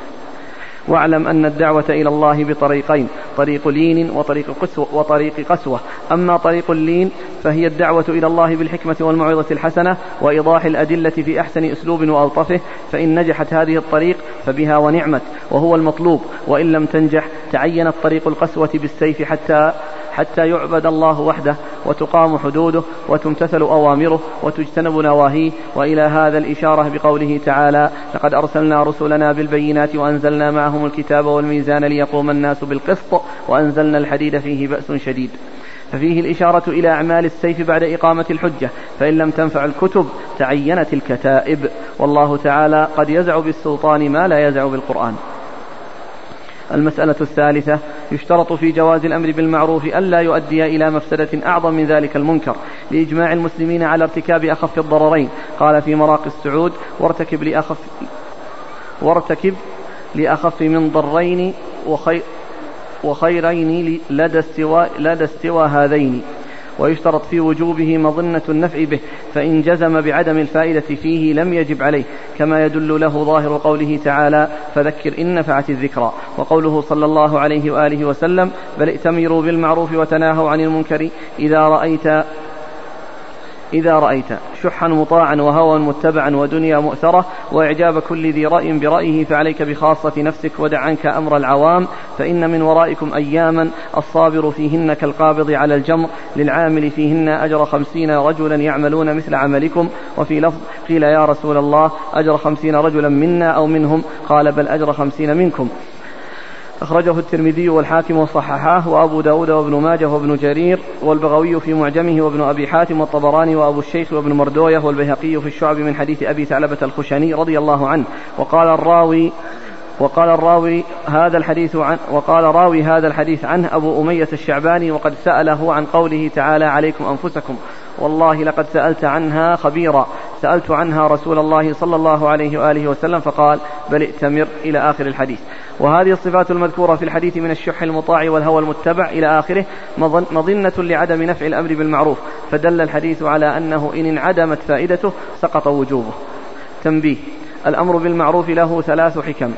واعلم أن الدعوة إلى الله بطريقين، طريق لين وطريق قسوة, وطريق قسوة. أما طريق اللين فهي الدعوة إلى الله بالحكمة والموعظة الحسنة وإيضاح الأدلة في أحسن أسلوب وألطفه، فإن نجحت هذه الطريق فبها ونعمت وهو المطلوب، وإن لم تنجح تعينت طريق القسوة بالسيف حتى حتى يعبد الله وحده وتقام حدوده وتمتثل أوامره وتجتنب نواهيه. وإلى هذا الإشارة بقوله تعالى لقد أرسلنا رسلنا بالبينات وأنزلنا معهم الكتاب والميزان ليقوم الناس بالقسط وأنزلنا الحديد فيه بأس شديد. ففيه الإشارة إلى أعمال السيف بعد إقامة الحجة، فإن لم تنفع الكتب تعينت الكتائب، والله تعالى قد يزع بالسلطان ما لا يزع بالقرآن. المسألة الثالثة يشترط في جواز الأمر بالمعروف ألا يؤدي إلى مفسدة أعظم من ذلك المنكر، لإجماع المسلمين على ارتكاب أخف الضررين. قال في مراقي السعود وارتكب لأخف, وارتكب لأخف من ضرين وخير وخيرين لدى استوى, لدى استوى هذين. ويشترط في وجوبه مظنة النفع به، فإن جزم بعدم الفائدة فيه لم يجب عليه، كما يدل له ظاهر قوله تعالى فذكر إن نفعت الذكرى، وقوله صلى الله عليه وآله وسلم بل ائتمروا بالمعروف وتناهوا عن المنكر إذا رأيت إذا رأيت شحا مطاعا وهوى متبعا ودنيا مؤثرة وإعجاب كل ذي رأي برأيه فعليك بخاصة نفسك ودع عنك أمر العوام، فإن من ورائكم أياما الصابر فيهن كالقابض على الجمر، للعامل فيهن أجر خمسين رجلا يعملون مثل عملكم. وفي لفظ قيل يا رسول الله أجر خمسين رجلا منا أو منهم؟ قال بل أجر خمسين منكم. أخرجه الترمذي والحاكم وصححاه، وأبو داود وابن ماجه وابن جرير والبغوي في معجمه وابن أبي حاتم والطبراني وأبو الشيخ وابن مردوية والبيهقي في الشعب من حديث أبي ثعلبة الخشني رضي الله عنه. وقال الراوي وقال الراوي هذا الحديث عن وقال راوي هذا الحديث عنه أبو أمية الشعباني، وقد سأله عن قوله تعالى عليكم أنفسكم، والله لقد سألت عنها خبيرا، سألت عنها رسول الله صلى الله عليه وآله وسلم فقال بل ائتمر إلى آخر الحديث. وهذه الصفات المذكورة في الحديث من الشح المطاع والهوى المتبع إلى آخره مظنة لعدم نفع الأمر بالمعروف، فدل الحديث على أنه إن انعدمت فائدته سقط وجوبه. تنبيه: الأمر بالمعروف له ثلاث حكم.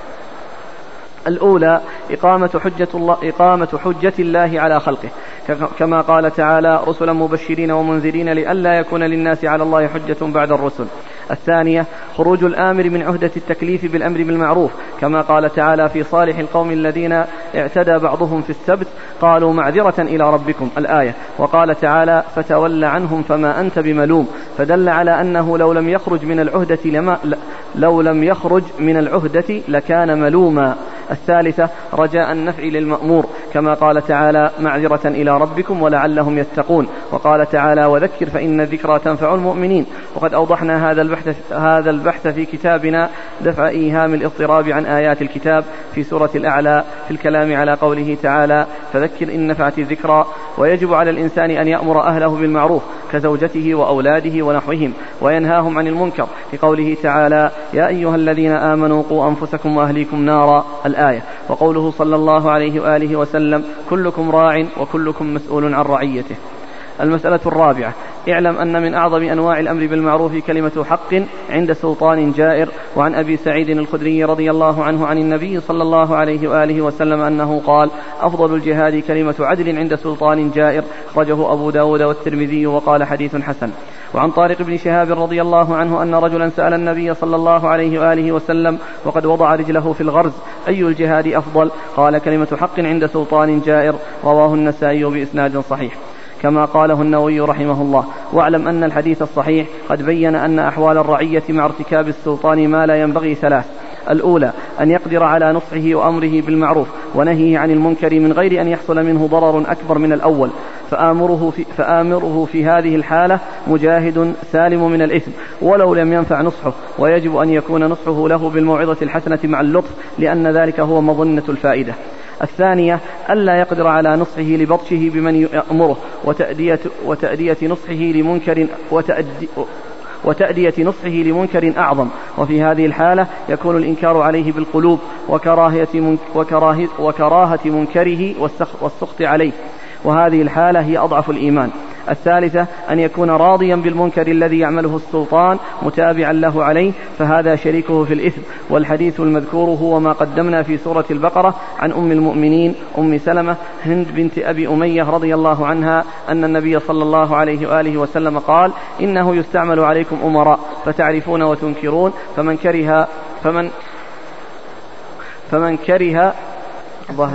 الأولى إقامة حجة الله, إقامة حجة الله على خلقه، كما قال تعالى رسلا مبشرين ومنذرين لئلا يكون للناس على الله حجة بعد الرسل. الثانية خروج الآمر من عهدة التكليف بالأمر بالمعروف، كما قال تعالى في صالح القوم الذين اعتدى بعضهم في السبت قالوا معذرة إلى ربكم الآية. وقال تعالى فتول عنهم فما أنت بملوم، فدل على أنه لو لم يخرج من العهدة لما لو لم يخرج من العهدة لكان ملوما. الثالثة رجاء النفع للمأمور، كما قال تعالى معذرة إلى ربكم ولعلهم يتقون. وقال تعالى وذكر فإن الذكرى تنفع المؤمنين. وقد أوضحنا هذا البحث, هذا البحث في كتابنا دفع إيهام الاضطراب عن آيات الكتاب في سورة الأعلى في الكلام على قوله تعالى فذكر إن نفعت الذكرى. ويجب على الإنسان أن يأمر أهله بالمعروف كزوجته وأولاده ونحوهم، وينهاهم عن المنكر لقوله تعالى يا أيها الذين آمنوا قوا أنفسكم وأهليكم نارا الآية. وقوله صلى الله عليه وآله وسلم كلكم راع وكلكم مسؤول عن رعيته. المسألة الرابعة اعلم أن من أعظم أنواع الأمر بالمعروف كلمة حق عند سلطان جائر. وعن أبي سعيد الخدري رضي الله عنه عن النبي صلى الله عليه وآله وسلم أنه قال أفضل الجهاد كلمة عدل عند سلطان جائر، أخرجه أبو داود والترمذي وقال حديث حسن. وعن طارق بن شهاب رضي الله عنه أن رجلا سأل النبي صلى الله عليه وآله وسلم وقد وضع رجله في الغرز أي الجهاد أفضل؟ قال كلمة حق عند سلطان جائر، رواه النسائي بإسناد صحيح، كما قاله النووي رحمه الله. واعلم أن الحديث الصحيح قد بين أن أحوال الرعية مع ارتكاب السلطان ما لا ينبغي ثلاث: الأولى أن يقدر على نصحه وأمره بالمعروف ونهيه عن المنكر من غير أن يحصل منه ضرر أكبر من الأول، فآمره في, فآمره في هذه الحالة مجاهد سالم من الإثم ولو لم ينفع نصحه، ويجب أن يكون نصحه له بالموعظة الحسنة مع اللطف لأن ذلك هو مظنة الفائدة. الثانية ألا يقدر على نصحه لبطشه بمن يأمره وتأدية, وتأدية نصحه لمنكر وتأدي وتأدية نصحه لمنكر أعظم، وفي هذه الحالة يكون الإنكار عليه بالقلوب وكراهية, منك وكراهية, وكراهة منكره والسخط عليه، وهذه الحالة هي أضعف الإيمان. الثالثة أن يكون راضيا بالمنكر الذي يعمله السلطان متابعا له عليه، فهذا شريكه في الإثم. والحديث المذكور هو ما قدمنا في سورة البقرة عن أم المؤمنين أم سلمة هند بنت أبي أمية رضي الله عنها أن النبي صلى الله عليه وآله وسلم قال إنه يستعمل عليكم أمراء فتعرفون وتنكرون، فمن كره فمن فمن كره ظهر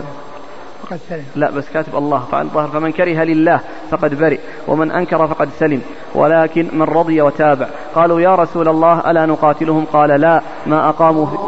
لا بس كاتب الله فعل ظهر فمن كره لله فقد برئ ومن أنكر فقد سلم، ولكن من رضي وتابع. قالوا يا رسول الله ألا نقاتلهم؟ قال لا ما أقاموا في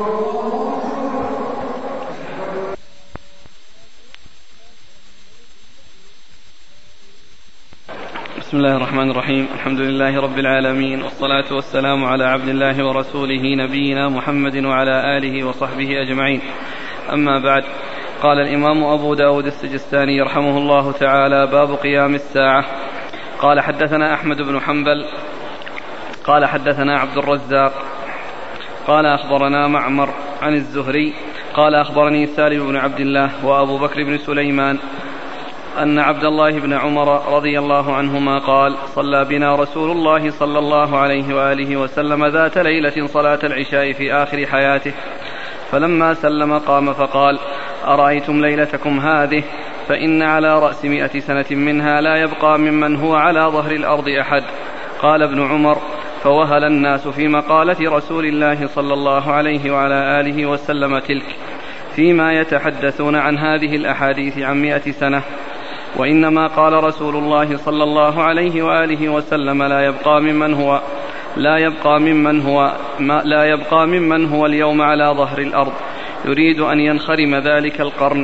بسم الله الرحمن الرحيم. الحمد لله رب العالمين، والصلاة والسلام على عبد الله ورسوله نبينا محمد وعلى آله وصحبه أجمعين. أما بعد، قال الإمام أبو داود السجستاني رحمه الله تعالى باب قيام الساعة. قال حدثنا أحمد بن حنبل قال حدثنا عبد الرزاق قال أخبرنا معمر عن الزهري قال أخبرني سالم بن عبد الله وأبو بكر بن سليمان أن عبد الله بن عمر رضي الله عنهما قال صلى بنا رسول الله صلى الله عليه وآله وسلم ذات ليلة صلاة العشاء في آخر حياته، فلما سلم قام فقال أرأيتم ليلتكم هذه؟ فإن على رأس مئة سنة منها لا يبقى ممن هو على ظهر الأرض أحد. قال ابن عمر: فوهل الناس في مقالة رسول الله صلى الله عليه وعلى آله وسلم تلك فيما يتحدثون عن هذه الأحاديث عن مئة سنة، وإنما قال رسول الله صلى الله عليه وآله وسلم: لا يبقى ممن هو لا يبقى ممن هو ما لا يبقى ممن هو اليوم على ظهر الأرض، يريد أن ينخرم ذلك القرن.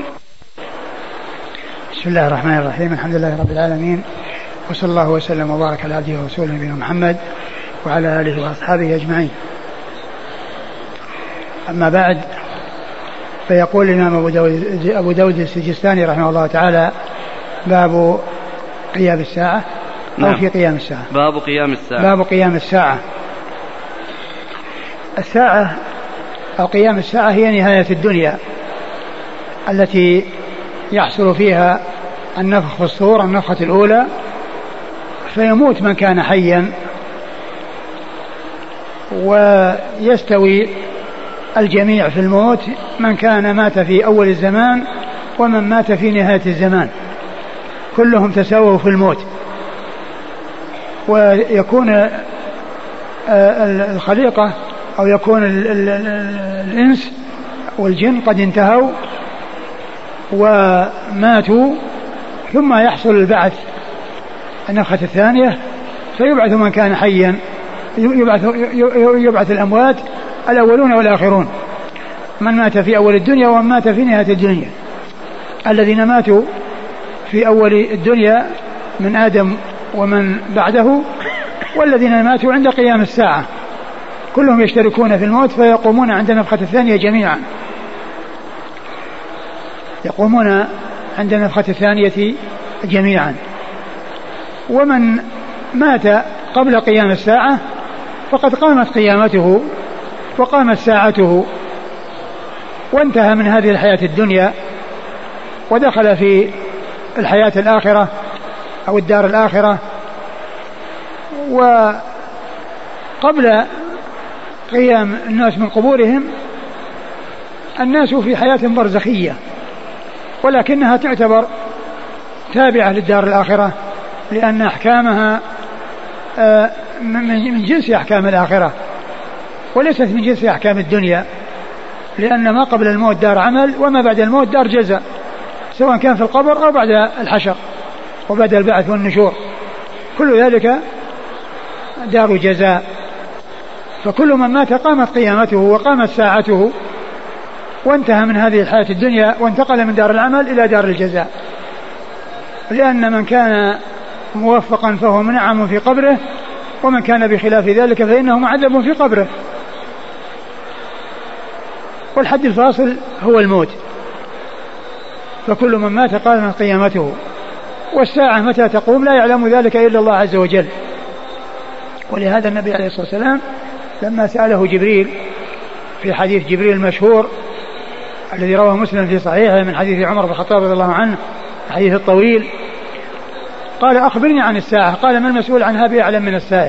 بسم الله الرحمن الرحيم. الحمد لله رب العالمين، وصلى الله وسلم وبارك على عبده ورسوله نبينا محمد وعلى آله وأصحابه أجمعين. أما بعد، فيقول الإمام أبو داود, أبو داود السجستاني رحمه الله تعالى: باب قيام الساعة. أو نعم. في قيام الساعة. باب قيام الساعة. باب قيام الساعة. الساعة أو قيام الساعة هي نهاية الدنيا التي يحصل فيها النفخ في الصور، النفخة الأولى، فيموت من كان حيا، ويستوي الجميع في الموت، من كان مات في أول الزمان ومن مات في نهاية الزمان، كلهم تساووا في الموت. ويكون الخليقة أو يكون الإنس والجن قد انتهوا وماتوا، ثم يحصل البعث، النفخة الثانية، فيبعث من كان حيا، يبعث, يبعث الأموات الأولون والآخرون، من مات في أول الدنيا ومن مات في نهاية الدنيا. الذين ماتوا في أول الدنيا من آدم ومن بعده، والذين ماتوا عند قيام الساعة، كلهم يشتركون في الموت، فيقومون عند النفخة الثانية جميعا، يقومون عند النفخة الثانية جميعا. ومن مات قبل قيام الساعة فقد قامت قيامته وقامت ساعته، وانتهى من هذه الحياة الدنيا ودخل في الحياة الآخرة أو الدار الآخرة. وقبل قيام الناس من قبورهم الناس في حياة برزخية، ولكنها تعتبر تابعة للدار الآخرة، لأن أحكامها من جنس أحكام الآخرة وليست من جنس أحكام الدنيا، لأن ما قبل الموت دار عمل وما بعد الموت دار جزاء، سواء كان في القبر أو بعد الحشر وبعد البعث والنشور، كل ذلك دار جزاء. فكل من مات قامت قيامته وقامت ساعته وانتهى من هذه الحياة الدنيا وانتقل من دار العمل إلى دار الجزاء، لأن من كان موفقا فهو منعم في قبره، ومن كان بخلاف ذلك فإنه معذب في قبره. والحد الفاصل هو الموت، فكل من مات قامت قيامته. والساعة متى تقوم لا يعلم ذلك إلا الله عز وجل. ولهذا النبي عليه الصلاة والسلام لما سأله جبريل في حديث جبريل المشهور الذي رواه مسلم في صحيحه من حديث عمر بن الخطاب رضي الله عنه، الحديث الطويل، قال: أخبرني عن الساعة. قال: ما المسؤول عنها بأعلم من السائل.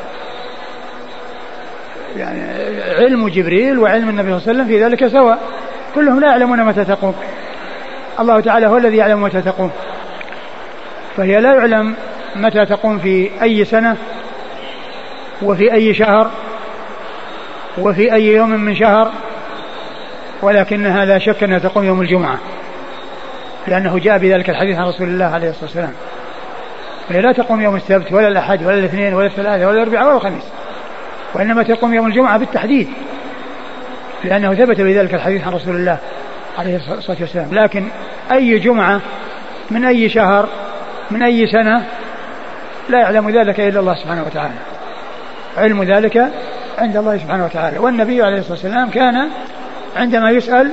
يعني علم جبريل وعلم النبي صلى الله عليه وسلم في ذلك سواء، كلهم لا يعلمون متى تقوم، الله تعالى هو الذي يعلم متى تقوم. فهي لا يعلم متى تقوم في أي سنة وفي أي شهر وفي أي يوم من شهر، ولكنها لا شك أنها تقوم يوم الجمعة، لأنه جاء بذلك الحديث عن رسول الله عليه الصلاة والسلام. فهي لا تقوم يوم السبت ولا الأحد ولا الاثنين ولا الثلاثة ولا الأربعاء ولا الخميس، وإنما تقوم يوم الجمعة بالتحديد، لأنه ثبت بذلك الحديث عن رسول الله عليه الصلاة والسلام. لكن أي جمعة من أي شهر من أي سنة لا يعلم ذلك إلا الله سبحانه وتعالى، علم ذلك عند الله سبحانه وتعالى. والنبي عليه الصلاة والسلام كان عندما يسأل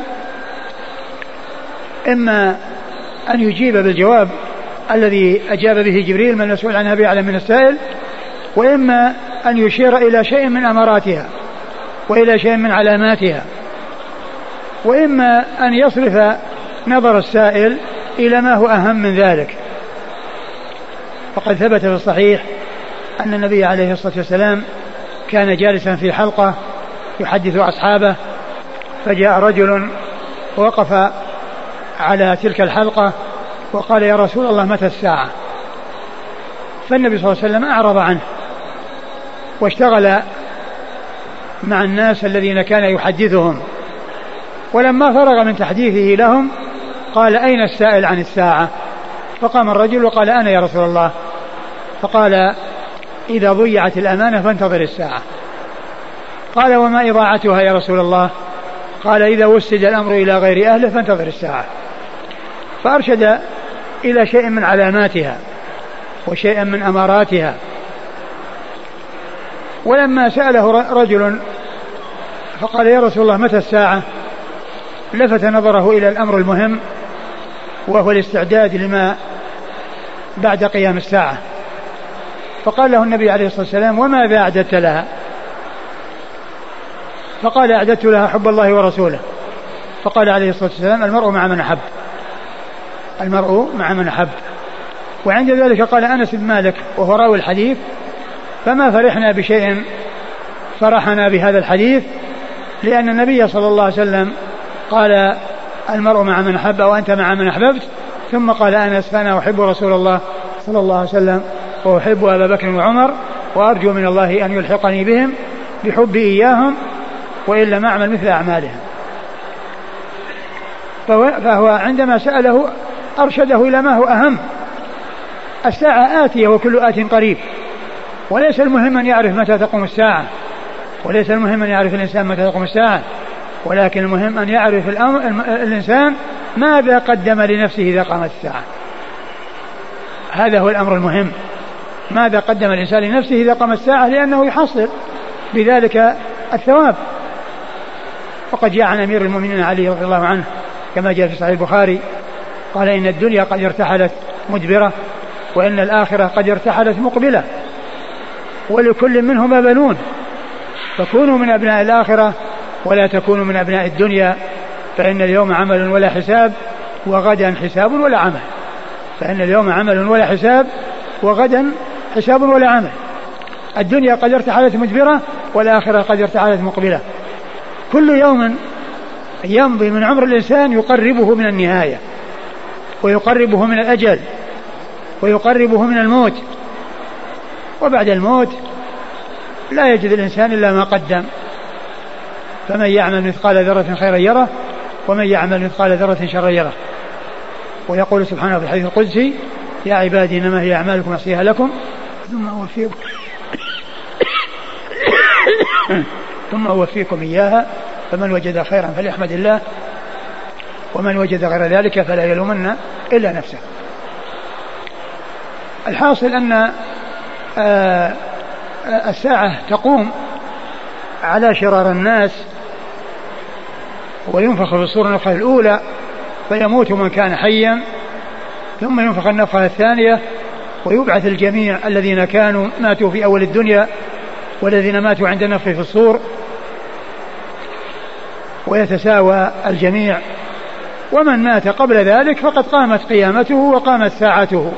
إما أن يجيب بالجواب الذي أجاب به جبريل من المسؤول عنها بأعلم من السائل، وإما أن يشير إلى شيء من أماراتها وإلى شيء من علاماتها، وإما أن يصرف نظر السائل إلى ما هو أهم من ذلك. فقد ثبت في الصحيح أن النبي عليه الصلاة والسلام كان جالسا في حلقة يحدث أصحابه، فجاء رجل ووقف على تلك الحلقة وقال يا رسول الله متى الساعة؟ فالنبي صلى الله عليه وسلم أعرض عنه واشتغل مع الناس الذين كان يحدثهم، ولما فرغ من تحديثه لهم قال أين السائل عن الساعة؟ فقام الرجل وقال أنا يا رسول الله. فقال إذا ضيعت الأمانة فانتظر الساعة. قال وما إضاعتها يا رسول الله؟ قال إذا وسد الأمر إلى غير أهله فانتظر الساعة. فأرشد إلى شيء من علاماتها وشيء من أماراتها. ولما سأله رجل فقال يا رسول الله متى الساعة؟ لفت نظره إلى الأمر المهم وهو الاستعداد لما بعد قيام الساعة. فقال له النبي عليه الصلاة والسلام وماذا أعددت لها؟ فقال أعددت لها حب الله ورسوله. فقال عليه الصلاة والسلام المرء مع من أحب، المرء مع من أحب. وعند ذلك قال أنس بن مالك وهو راوي الحديث فما فرحنا بشيء فرحنا بهذا الحديث، لأن النبي صلى الله عليه وسلم قال المرء مع من أحب وأنت مع من أحببت، ثم قال أنس فأنا أحب رسول الله صلى الله عليه وسلم وأحب أبا بكر وعمر وأرجو من الله أن يلحقني بهم بحبي إياهم وإلا ما أعمل مثل أعمالهم. فهو عندما سأله أرشده إلى ما هو أهم. الساعة آتية وكل آت قريب، وليس المهم أن يعرف متى تقوم الساعة، وليس المهم أن يعرف الإنسان متى تقوم الساعة، ولكن المهم أن يعرف الإنسان ماذا قدم لنفسه إذا قامت الساعة. هذا هو الأمر المهم، ماذا قدم الإنسان لنفسه إذا قامت الساعة، لأنه يحصل بذلك الثواب. وقد جاء عن أمير المؤمنين علي رضي الله عنه كما جاء في صحيح البخاري قال إن الدنيا قد ارتحلت مدبرة وإن الآخرة قد ارتحلت مقبلة ولكل منهما بنون فكونوا من أبناء الآخرة ولا تكونوا من أبناء الدنيا فإن اليوم عمل ولا حساب وغدا حساب ولا عمل. فإن اليوم عمل ولا حساب وغدا حساب ولا عمل. الدنيا قد ارتحلت مدبرة والآخرة قد ارتحلت مقبلة. كل يوم يمضي من عمر الإنسان يقربه من النهاية ويقربه من الأجل ويقربه من الموت، وبعد الموت لا يجد الإنسان إلا ما قدم. فمن يعمل مثقال ذرة خيرا يره ومن يعمل مثقال ذرة شرا يره. ويقول سبحانه في الحديث القدسي يا عبادي إنما هي أعمالكم أحصيها لكم ثم أوفيكم ثم أوفيكم إياها فمن وجد خيرا فليحمد الله ومن وجد غير ذلك فلا يلومن إلا نفسه. الحاصل أن الساعة تقوم على شرار الناس وينفخ في الصور النفخة الأولى فيموت من كان حيا ثم ينفخ النفخة الثانية ويبعث الجميع الذين كانوا ماتوا في أول الدنيا والذين ماتوا عند النفخ في الصور ويتساوى الجميع. ومن مات قبل ذلك فقد قامت قيامته وقامت ساعته.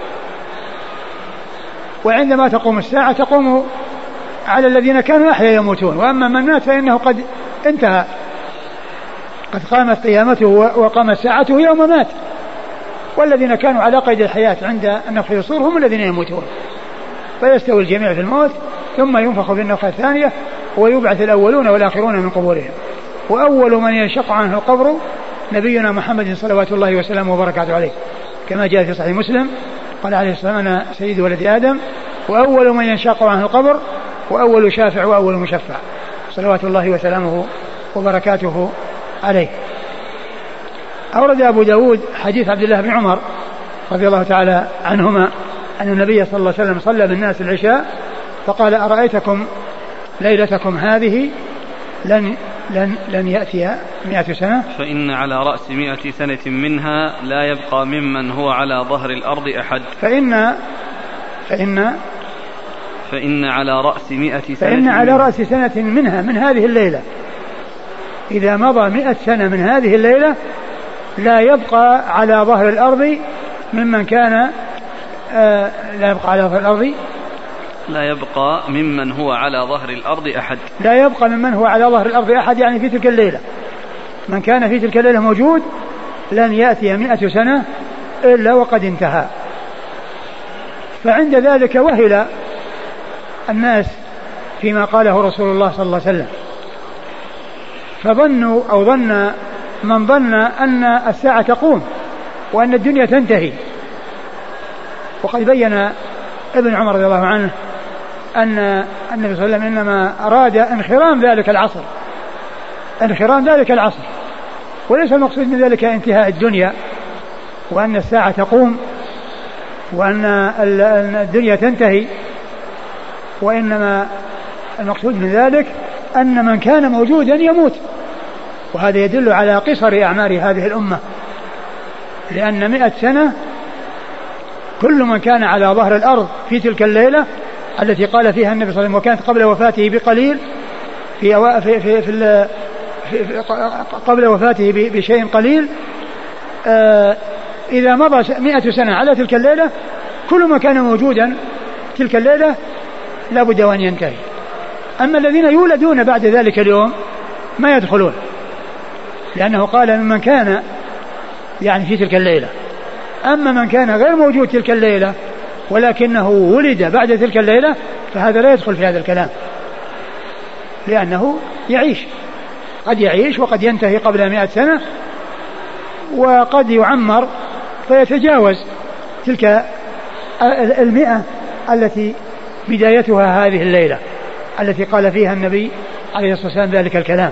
وعندما تقوم الساعة تقوم على الذين كانوا أحيا يموتون، وأما من مات فإنه قد انتهى، قد قامت قيامته وقامت ساعته يوم مات. والذين كانوا على قيد الحياة عند النفخ في الصور هم الذين يموتون، فيستوي الجميع في الموت ثم ينفخ في النفخة الثانية ويبعث الأولون والآخرون من قبورهم. وأول من ينشق عنه القبر نبينا محمد صلوات الله وسلامه وبركاته عليه كما جاء في صحيح مسلم قال عليه الصلاة والسلام أنا سيد ولد آدم وأول من ينشق عنه القبر وأول شافع وأول مشفع صلوات الله وسلامه وبركاته عليه. أورد أبو داود حديث عبد الله بن عمر رضي الله تعالى عنهما أن النبي صلى الله عليه وسلم صلى بالناس العشاء فقال أرأيتكم ليلتكم هذه لن, لن, لن يأتي مئة سنة فإن على رأس مئة سنة منها لا يبقى ممن هو على ظهر الأرض أحد. فإن فإن فإن على رأس مئة سنة فإن على رأس سنة منها من هذه الليلة إذا مضى مئة سنة من هذه الليلة لا يبقى على ظهر الأرض ممن كان آه لا يبقى على ظهر الأرض لا يبقى ممن هو على ظهر الأرض أحد لا يبقى ممن هو على ظهر الأرض أحد يعني في تلك الليلة من كان في تلك الليلة موجود لن يأتي مئة سنة إلا وقد انتهى. فعند ذلك وهل الناس فيما قاله رسول الله صلى الله عليه وسلم، فظنوا أو ظن من ظن أن الساعة تقوم وأن الدنيا تنتهي. وقد بين ابن عمر رضي الله عنه أن النبي صلى الله عليه وسلم إنما أراد انخرام ذلك العصر، انخرام ذلك العصر، وليس المقصود من ذلك انتهاء الدنيا وأن الساعة تقوم وأن الدنيا تنتهي، وإنما المقصود من ذلك أن من كان موجودا يموت. وهذا يدل على قصر أعمار هذه الأمة، لأن مئة سنة كل من كان على ظهر الأرض في تلك الليلة التي قال فيها النبي صلى الله عليه وسلم وكانت قبل وفاته بقليل في, أو... في, في, في, في, في قبل وفاته بشيء قليل، آه إذا مضى مئة سنة على تلك الليلة كل ما كان موجودا تلك الليلة لا بد وأن ينتهي. أما الذين يولدون بعد ذلك اليوم ما يدخلون، لأنه قال ممن كان يعني في تلك الليلة. أما من كان غير موجود تلك الليلة ولكنه ولد بعد تلك الليلة فهذا لا يدخل في هذا الكلام، لأنه يعيش، قد يعيش وقد ينتهي قبل مئة سنة، وقد يعمر فيتجاوز تلك المئة التي بدايتها هذه الليلة التي قال فيها النبي عليه الصلاة والسلام ذلك الكلام.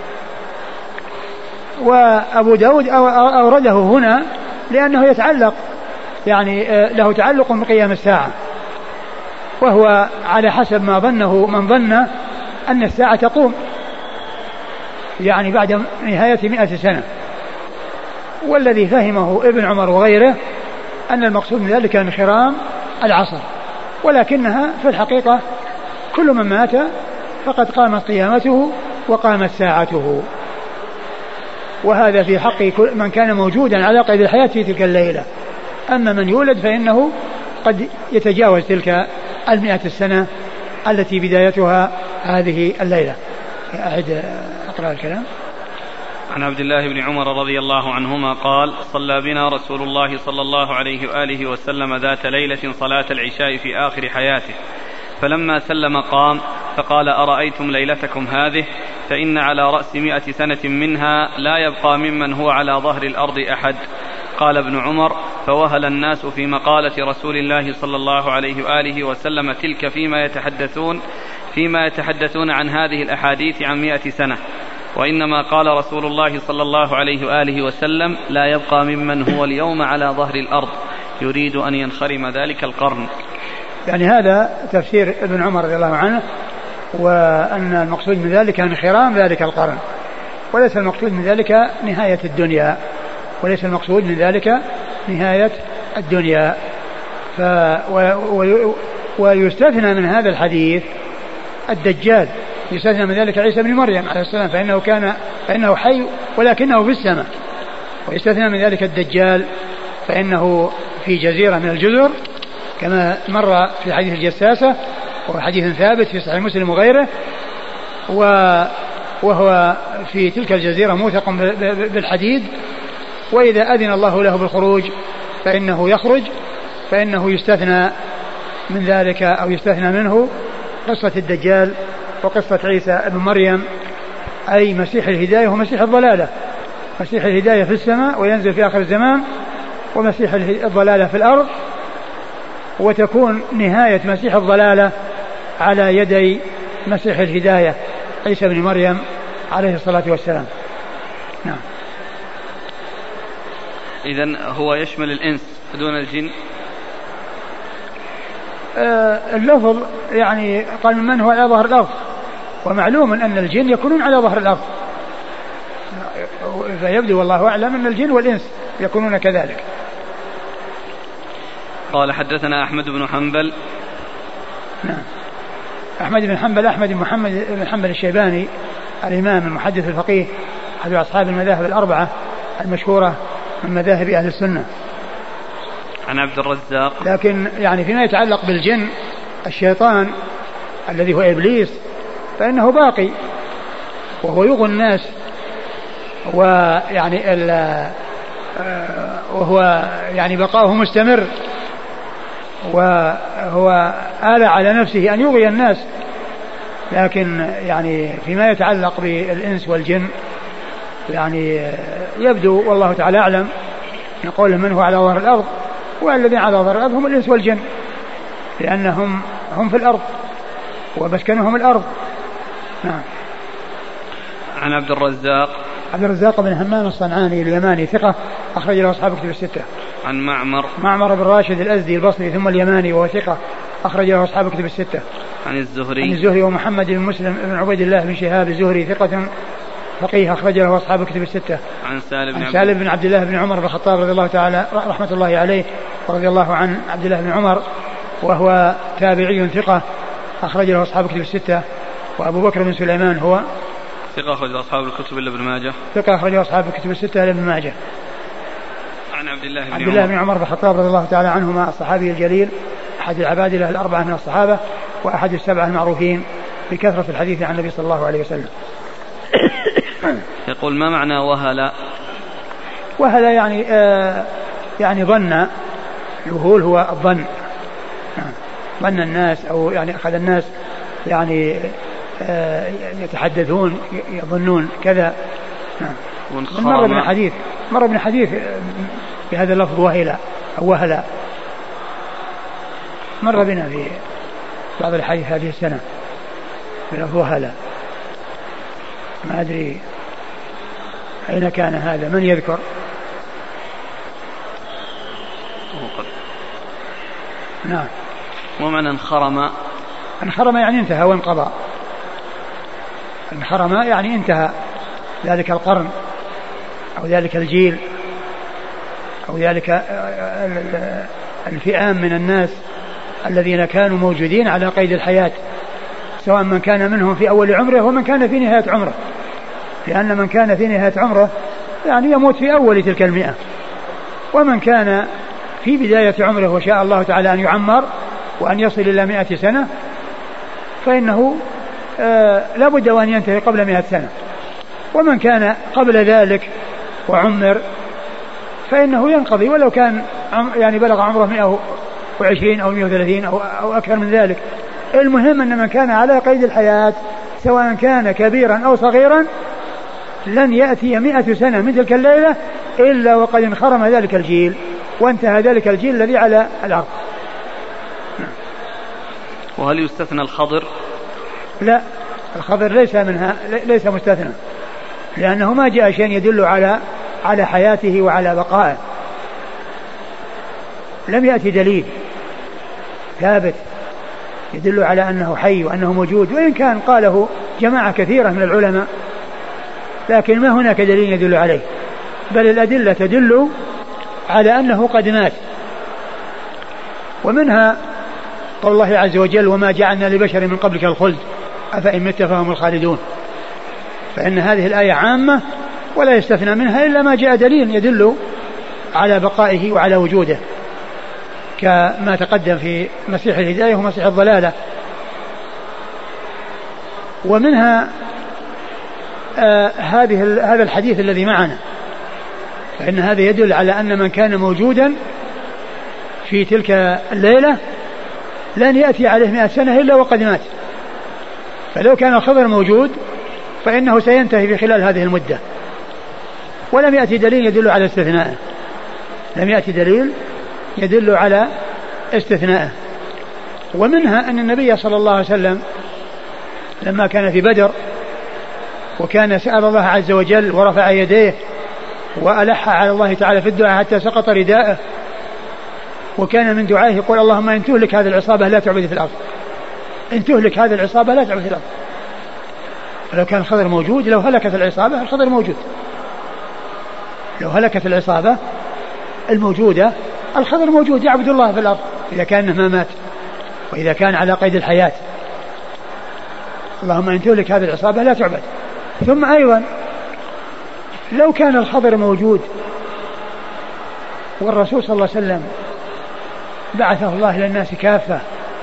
وأبو داود أورده هنا لأنه يتعلق يعني له تعلق بقيام الساعة، وهو على حسب ما ظنه من ظن أن الساعة تقوم يعني بعد نهاية مئة سنة. والذي فهمه ابن عمر وغيره أن المقصود من ذلك انخرام العصر، ولكنها في الحقيقة كل من مات فقد قامت قيامته وقامت ساعته، وهذا في حق من كان موجودا على قيد الحياة في تلك الليلة. أما من يولد فإنه قد يتجاوز تلك المئة السنة التي بدايتها هذه الليلة. أعد أقرأ الكلام. عن عبد الله بن عمر رضي الله عنهما قال: صلى بنا رسول الله صلى الله عليه وآله وسلم ذات ليلة صلاة العشاء في آخر حياته، فلما سلم قام فقال: أرأيتم ليلتكم هذه؟ فإن على رأس مئة سنة منها لا يبقى ممن هو على ظهر الأرض أحد. قال ابن عمر: فوهل الناس في مقالة رسول الله صلى الله عليه وآله وسلم تلك فيما يتحدثون فيما يتحدثون عن هذه الأحاديث عن مئة سنة، وإنما قال رسول الله صلى الله عليه وآله وسلم: لا يبقى ممن هو اليوم على ظهر الأرض، يريد أن ينخرم ذلك القرن. يعني هذا تفسير ابن عمر رضي الله عنه، وأن المقصود من ذلك انخرام ذلك القرن، وليس المقصود من ذلك نهاية الدنيا، وليس المقصود من ذلك نهاية الدنيا. ف و... و... ويستثنى من هذا الحديث الدجال، يستثنى من ذلك عيسى بن مريم عليه السلام فإنه كان فإنه حي ولكنه في السماء، ويستثنى من ذلك الدجال فإنه في جزيرة من الجزر كما مر في حديث الجساسة، وهو حديث ثابت في صحيح مسلم وغيره، وهو في تلك الجزيرة موثق بالحديد، وإذا أذن الله له بالخروج فإنه يخرج، فإنه يستثنى من ذلك أو يستثنى منه قصة الدجال وقصة عيسى ابن مريم، أي مسيح الهداية ومسيح الضلالة. مسيح الهداية في السماء وينزل في آخر الزمان، ومسيح الضلالة في الأرض، وتكون نهاية مسيح الضلالة على يدي مسيح الهداية عيسى بن مريم عليه الصلاة والسلام. نعم. إذن هو يشمل الإنس دون الجن؟ آه اللفظ يعني قال من هو على ظهر الأرض، ومعلوم أن الجن يكونون على ظهر الأرض، فيبدو والله أعلم أن الجن والإنس يكونون كذلك. قال: حدثنا أحمد بن حنبل. نعم. أحمد بن حنبل أحمد بن محمد بن حنبل الشيباني الإمام المحدث الفقيه أحد أصحاب المذاهب الأربعة المشهورة من مذاهب أهل السنة. عن عبد الرزاق. لكن يعني فيما يتعلق بالجن الشيطان الذي هو إبليس فإنه باقي، وهو يغوي الناس، ويعني وهو يعني بقاؤه مستمر، وهو آل على نفسه أن يغوي الناس، لكن يعني فيما يتعلق بالإنس والجن يعني يبدو والله تعالى أعلم نقول من هو على ظهر الأرض، والذين على ظهر الأرض هم الإنس والجن، لأنهم هم في الأرض ومسكنهم الأرض. نعم. عن عبد الرزاق عبد الرزاق بن همام الصنعاني اليماني ثقة أخرج له أصحاب كتب الستة. عن معمر معمر بن راشد الأزدي البصري ثم اليماني وهو ثقة أخرج له أصحاب كتب الستة. عن الزهري عن الزهري ومحمد بن مسلم بن عبيد الله بن شهاب الزهري ثقة فقيه أخرج له أصحاب كتب الستة. عن سالم بن, سالم بن عبد الله بن عمر بن الخطاب رضي الله تعالى رحمة الله عليه ورضي الله عن عبد الله بن عمر وهو تابعي ثقة أخرج له أصحاب كتب الستة. وأبو بكر بن سليمان هو ثقة أخرج أصحاب الكتب إلا ابن ماجه ثقة أخرج أصحاب الكتب الستة إلا ابن ماجه. عن عبد الله بن عبد الله بن عمر بن الخطاب رضي الله تعالى عنهما الصحابي الجليل أحد العبادلة الأربعة من الصحابة وأحد السبعة المعروفين بكثرة الحديث عن النبي صلى الله عليه وسلم. يقول ما معنى وهلا؟ وهلا يعني آه يعني ظن، الوهول هو الظن، ظن الناس أو يعني أخذ الناس يعني آه يتحدثون يظنون كذا. مر بن حديث مر بن حديث بهذا اللفظ وهلا أو وهلا، مر بنا في بعض الحديث هذه السنة بلفظ وهلا، ما أدري أين كان هذا، من يذكر؟ نعم. ومعنى انخرم؟ انخرم يعني انتهى وانقضى، انخرم يعني انتهى ذلك القرن أو ذلك الجيل أو ذلك الفئام من الناس الذين كانوا موجودين على قيد الحياة، سواء من كان منهم في أول عمره ومن كان في نهاية عمره، لأن من كان في نهاية عمره يعني يموت في أول تلك المئة، ومن كان في بداية عمره وشاء الله تعالى أن يعمر وأن يصل إلى مئة سنة فإنه آه لا بد وأن ينتهي قبل مئة سنة، ومن كان قبل ذلك وعمر فإنه ينقضي ولو كان يعني بلغ عمره مئة وعشرين أو مئة وثلاثين أو, أو أكثر من ذلك. المهم أن من كان على قيد الحياة سواء كان كبيرا أو صغيرا لن يأتي مئة سنة من تلك الليلة إلا وقد انخرم ذلك الجيل وانتهى ذلك الجيل الذي على الأرض. وهل يستثنى الخضر؟ لا، الخضر ليس منها ليس مستثنى، لأنه ما جاء شيء يدل على على حياته وعلى بقائه، لم يأتي دليل ثابت يدل على أنه حي وأنه موجود، وإن كان قاله جماعة كثيرة من العلماء لكن ما هناك دليل يدل عليه، بل الأدلة تدل على أنه قد مات. ومنها قول الله عز وجل وما جعلنا لبشر من قبلك الخلد أفإن مت فهم الخالدون، فإن هذه الآية عامة ولا يستثنى منها إلا ما جاء دليل يدل على بقائه وعلى وجوده، كما تقدم في مسيح الهداية ومسيح الضلالة. ومنها آه هذه هذا الحديث الذي معنا، فإن هذا يدل على أن من كان موجودا في تلك الليلة لن يأتي عليه مئة سنة إلا وقد مات، فلو كان الخضر موجود فإنه سينتهي في خلال هذه المدة، ولم يأتي دليل يدل على استثنائه، لم يأتي دليل يدل على استثنائه. ومنها أن النبي صلى الله عليه وسلم لما كان في بدر وكان سأل الله عز وجل ورفع يديه وألح على الله تعالى في الدعاء حتى سقط رداءه، وكان من دعائه يقول اللهم إن تهلك هذه العصابة لا تعبد في الأرض، إن تهلك هذه العصابة لا تعبد في الأرض. فلو كان الخضر موجود لو هلكت العصابة الخضر موجود، لو هلكت العصابة الموجودة الخضر موجود يعبد الله في الأرض إذا كان ما مات وإذا كان على قيد الحياة. اللهم إن تهلك هذه العصابة لا تعبد. ثم أيضا لو كان الخضر موجود والرسول صلى الله عليه وسلم بعثه الله إلى الناس كافة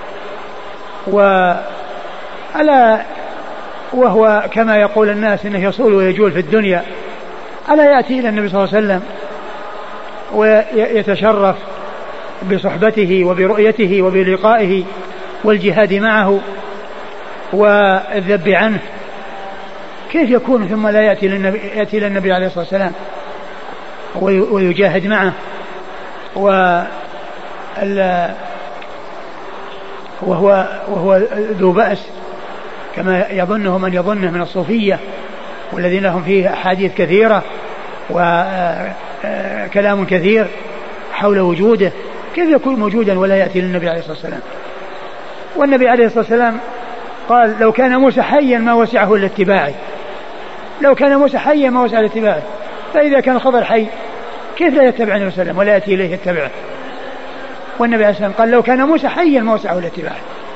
وألا وهو كما يقول الناس إنه يصول ويجول في الدنيا، ألا يأتي إلى النبي صلى الله عليه وسلم ويتشرف بصحبته وبرؤيته وبلقائه والجهاد معه والذب عنه، كيف يكون ثم لا يأتي للنبي, يأتي للنبي عليه الصلاة والسلام ويجاهد معه وهو, وهو ذو بأس كما يظنه من يظنه من الصوفية والذين لهم فيه أحاديث كثيرة وكلام كثير حول وجوده، كيف يكون موجودا ولا يأتي للنبي عليه الصلاة والسلام؟ والنبي عليه الصلاة والسلام قال لو كان موسى حيا ما وسعه إلا اتباعي، لو كان موسى حيا ما وسعه إلا اتباعي، فإذا كان الخضر حي كيف لا يتبع النبي صلى الله عليه وسلم ولا يأتي إليه يتبعه؟ والنبي عليه الصلاة والسلام قال لو كان موسى حيا ما وسعه إلا اتباعي.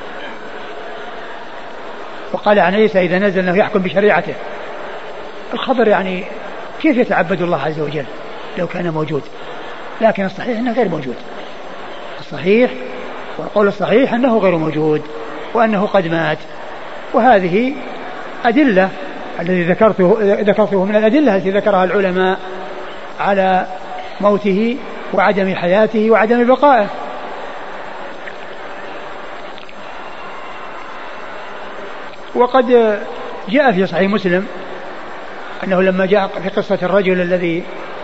وقال عن عيسى إذا نزل أنه يحكم بشريعته. الخضر يعني كيف يتعبد الله عز وجل لو كان موجود؟ لكن الصحيح أنه غير موجود، الصحيح والقول الصحيح أنه غير موجود وأنه قد مات. وهذه أدلة الذي ذكرته, ذكرته من الأدلة التي ذكرها العلماء على موته وعدم حياته وعدم بقائه. وقد جاء في صحيح مسلم أنه لما جاء في قصة الرجل الذي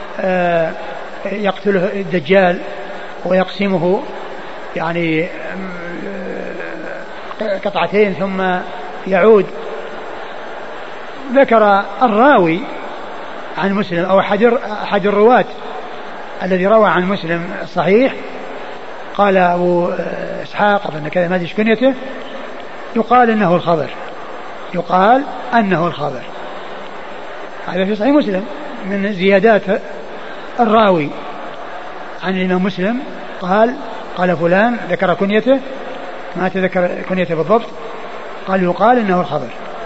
يقتله الدجال ويقسمه يعني قطعتين ثم يعود، ذكر الراوي عن مسلم أو أحد الرواة الذي روى عن مسلم الصحيح، قال أبو إسحاق أظن كذا ما أدري كنيته، يقال إنه الخضر، يقال أنه الخضر. هذا في صحيح مسلم من زيادات الراوي عن الإمام مسلم، قال قال فلان ذكر كنيته ما تذكر كنيته بالضبط، قال يقال إنه الخضر.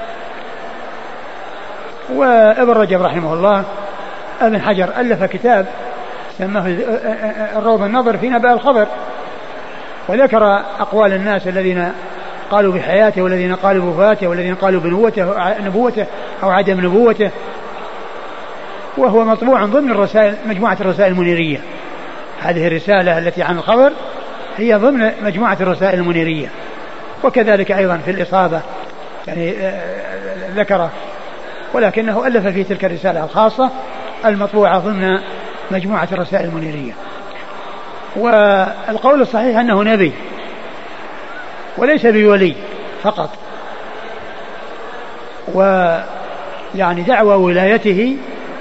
وابن رجب رحمه الله ابن حجر ألف كتاب سماه الروض النظر في نبأ الخضر، وذكر أقوال الناس الذين قالوا بحياته والذين قالوا بوفاته والذين قالوا بنبوته نبوته أو عدم نبوته، وهو مطبوع ضمن الرسائل مجموعة الرسائل المنيرية. هذه الرسالة التي عن الخبر هي ضمن مجموعة الرسائل المنيرية. وكذلك أيضا في الإصابة يعني ذكره، ولكنه ألف في تلك الرسالة الخاصة المطبوعة ضمن مجموعة الرسائل المنيرية. والقول الصحيح أنه نبي وليس بولي فقط، ويعني دعوى ولايته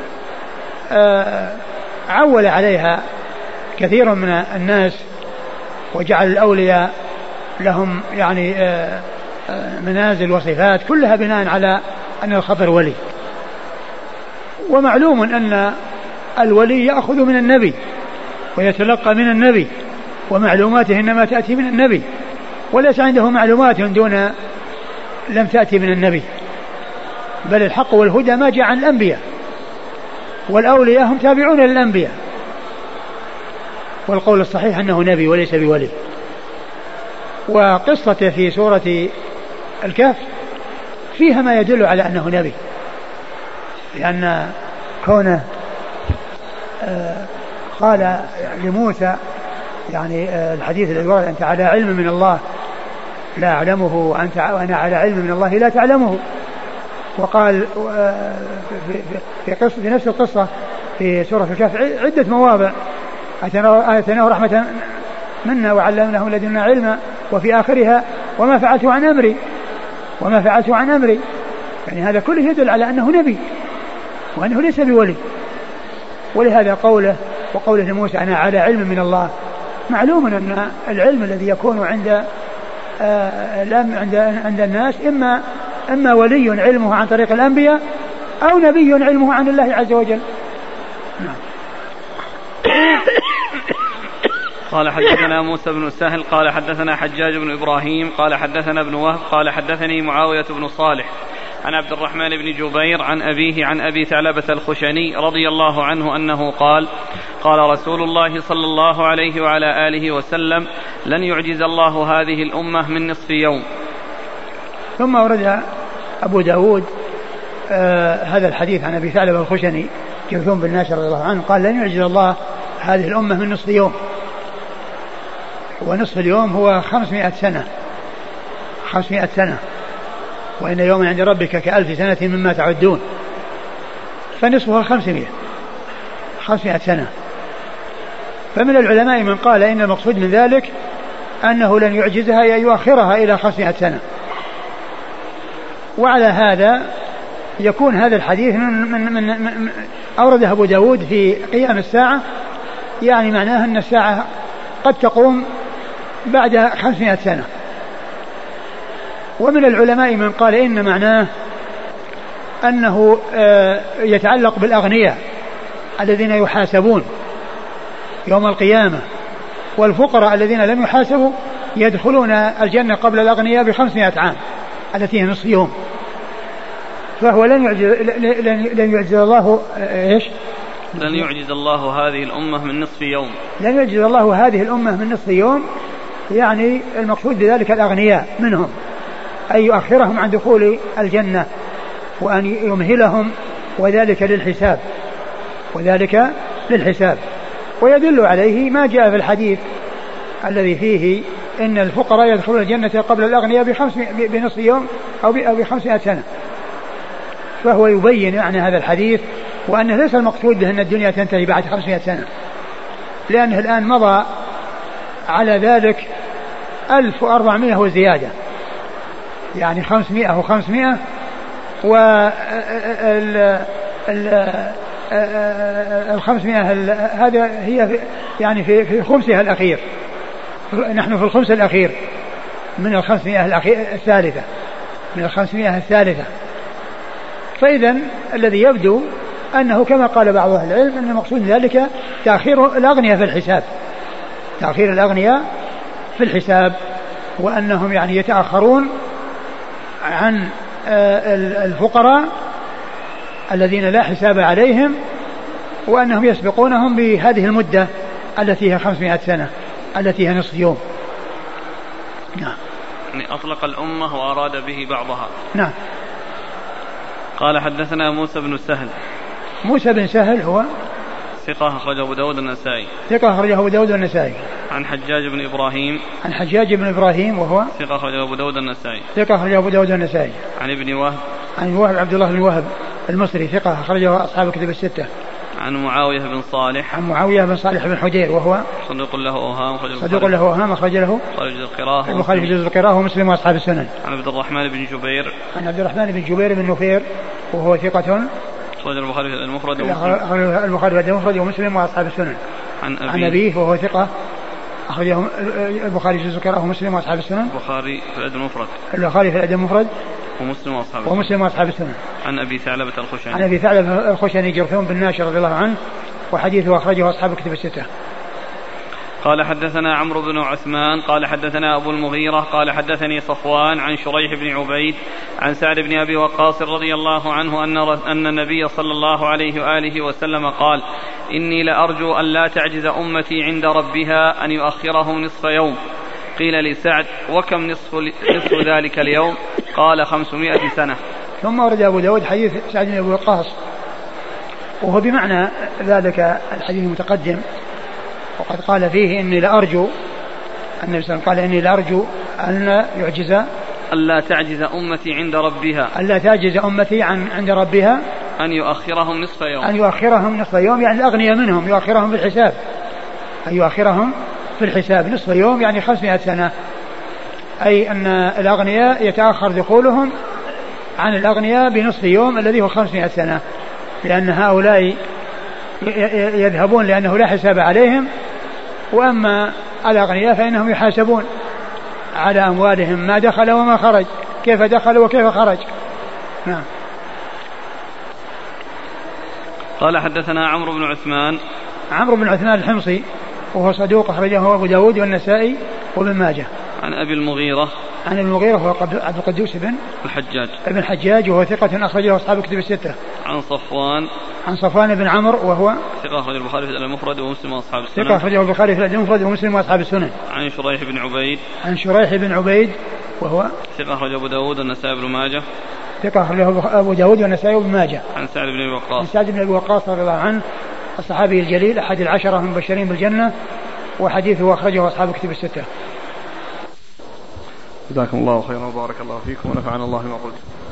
عول عليها كثير من الناس وجعل الأولياء لهم يعني منازل وصفات كلها بناء على أن الخضر ولي. ومعلوم أن الولي يأخذ من النبي ويتلقى من النبي، ومعلوماته إنما تأتي من النبي، وليس عنده معلومات دون لم تأتي من النبي، بل الحق والهدى ما جاء عن الأنبياء، والأولياء هم تابعون للأنبياء. والقول الصحيح أنه نبي وليس بولي. وقصته في سورة الكهف فيها ما يدل على أنه نبي، لأن كونه قال لموسى يعني الحديث الذي ورد أنت على علم من الله لا أعلمه وأنت وأنا على علم من الله لا تعلمه. وقال في قصة في نفس القصة في سورة الكهف عدة مواضع آتيناه رحمة منا وعلمناه لدنا علما، وفي آخرها وما فعلته عن أمري وما فعلته عن أمري. يعني هذا كله يدل على أنه نبي وأنه ليس بولي. ولهذا قوله وقوله لموسى أنا على علم من الله، معلوم أن العلم الذي يكون عند عند عند الناس إما إما ولي علمه عن طريق الأنبياء أو نبي علمه عن الله عز وجل. نعم. قال حدثنا موسى بن سهل قال حدثنا حجاج بن إبراهيم قال حدثنا ابن وهب قال حدثني معاوية بن صالح عن عبد الرحمن بن جبير عن أبيه عن أبي ثعلبة الخشني رضي الله عنه أنه قال قال رسول الله صلى الله عليه وعلى آله وسلم لن يعجز الله هذه الأمة من نصف يوم. ثم ورد أبو داود آه هذا الحديث عن أبي ثعلبة الخشني جرثوم بن ناشر رضي الله عنه قال لن يعجز الله هذه الأمة من نصف يوم، ونصف اليوم هو خمسمائة سنة، خمسمائة سنة، وإن يوم عند ربك كألف سنة مما تعدون، فنصفها خمسمائة خمسمائة سنة. فمن العلماء من قال إن المقصود من ذلك أنه لن يعجزها أن يؤخرها إلى خمسمائة سنة. وعلى هذا يكون هذا الحديث من من من من أورده أبو داود في قيام الساعة، يعني معناه أن الساعة قد تقوم بعد خمسمائة سنة. ومن العلماء من قال إن معناه أنه يتعلق بالأغنياء الذين يحاسبون يوم القيامة، والفقراء الذين لم يحاسبوا يدخلون الجنة قبل الأغنياء بخمسمائة عام التي هي نصف يوم. فهو لن يعجز, لن يعجز الله إيش؟ لن يعجز الله هذه الأمة من نصف يوم. لن يعجز الله هذه الأمة من نصف يوم، يعني المقصود بذلك الأغنياء منهم، أي يؤخرهم عن دخول الجنة وأن يمهلهم، وذلك للحساب، وذلك للحساب. ويدل عليه ما جاء في الحديث الذي فيه إن الفقراء يدخلون الجنة قبل الأغنياء بنصف يوم أو بخمسمائة سنة. فهو يبين يعني هذا الحديث، وأنه ليس المقصود به أن الدنيا تنتهي بعد خمسمائة سنة، لأنه الآن مضى على ذلك ألف وأربعمائة وزيادة، يعني خمسمائة وخمسمائة، والخمسمائة هذا هي يعني في في خمسها الأخير، نحن في الخمس الأخير من الخمسمائة الأخير الثالثة من الخمسمائة الثالثة. فإذا الذي يبدو أنه كما قال بعض أهل العلم أن المقصود ذلك تأخير الأغنياء في الحساب، تأخير الأغنياء في الحساب، وأنهم يعني يتأخرون عن الفقراء الذين لا حساب عليهم، وأنهم يسبقونهم بهذه المدة التي هي خمسمائة سنة التي هي نصف يوم. نعم. يعني أطلق الأمة وأراد به بعضها. نعم. قال حدثنا موسى بن سهل. موسى بن سهل هو ثقة أخرجه أبو داود النسائي. ثقة أخرجه أبو داود النسائي. عن حجاج بن إبراهيم. عن حجاج بن إبراهيم وهو ثقة أخرجه أبو داود النسائي. ثقة أخرجه أبو داود النسائي. عن ابن وهب. عن وهب عبد الله بن وهب المصري ثقة أخرجه أصحاب الكتب الستة. عن معاوية بن صالح. عن معاوية بن صالح بن حجير وهو صدوق له أوهام. صدوق له أوهام أخرج له البخاري في جزء القراءة ومسلم وأصحاب السنن. عن عبد الرحمن بن جبير. عن عبد الرحمن بن جبير بن نفير وهو ثقة أخرج البخاري في المفرد البخاري في المفرد ومسلم وأصحاب السنن. عن أبيه. عن أبيه وهو ثقة أخرجه البخاري في جزء القراءة ومسلم وأصحاب السنن. البخاري في الأدب المفرد. البخاري في الأدب المفرد ومسلم وأصحاب السنن. ومسلم وأصحاب السنن. عن أبي ثعلبة الخشني. عن أبي ثعلبة الخشني جرثوم بن ناشر رضي الله عنه، وحديثه أخرجه أصحاب الكتب الستة. قال حدثنا عمرو بن عثمان قال حدثنا أبو المغيرة قال حدثني صفوان عن شريح بن عبيد عن سعد بن أبي وقاص رضي الله عنه أن أن النبي صلى الله عليه وآله وسلم قال: إني لأرجو أن لا تعجز أمتي عند ربها أن يؤخرهم نصف يوم. قيل لسعد: وكم نصف, نصف ذلك اليوم؟ قال: خمسمائة سنة. ثم ورد أبو داود حديث سعد بن أبي وقاص وهو بمعنى ذلك الحديث المتقدم، وقد قال فيه: إني لأرجو، النبي صلى الله عليه وسلم قال: إني لأرجو أن يعجز ألا تعجز أمتي عند ربها ألا تعجز أمتي عن عند ربها أن يؤخرهم نصف يوم أن يؤخرهم نصف يوم، يعني الأغنياء منهم يؤخرهم في الحساب، أن يؤخرهم في الحساب نصف يوم، يعني خمسمائة سنة، أي أن الأغنياء يتأخر دخولهم عن الأغنياء بنصف يوم الذي هو خمسمائة سنة، لأن هؤلاء يذهبون لأنه لا حساب عليهم، وأما الأغنياء فإنهم يحاسبون على أموالهم ما دخل وما خرج، كيف دخل وكيف خرج. نعم. قال حدثنا عمرو بن عثمان. عمرو بن عثمان الحمصي وهو صدوق أخرجه أبو داود والنسائي وابن ماجه. عن أبي المغيرة. عن المغيرة هو عبد القدوس بن الحجاج ابن الحجاج وهو ثقة أخرجه أصحاب الكتب الستة. عن صفوان. عن صفوان بن عمرو وهو ثقة أخرجه البخاري في المفرد ومسلم وأصحاب السنن. ثقة أخرجه البخاري في المفرد ومسلم وأصحاب السنن. عن شريح بن عبيد. عن شريح بن عبيد وهو ثقة أخرجه أبو داود والنسائي بن ماجه. ثقة أخرجه أبو داود والنسائي بن ماجه. عن سعد بن أبي وقاص. عن سعد بن أبي وقاص رضي الله عنه الصحابي الجليل أحد العشرة من المبشرين بالجنة، وحديثه أخرجه أصحاب كتب الستة. جزاكم الله خيرا وبارك الله فيكم ونفعنا الله ما قلت.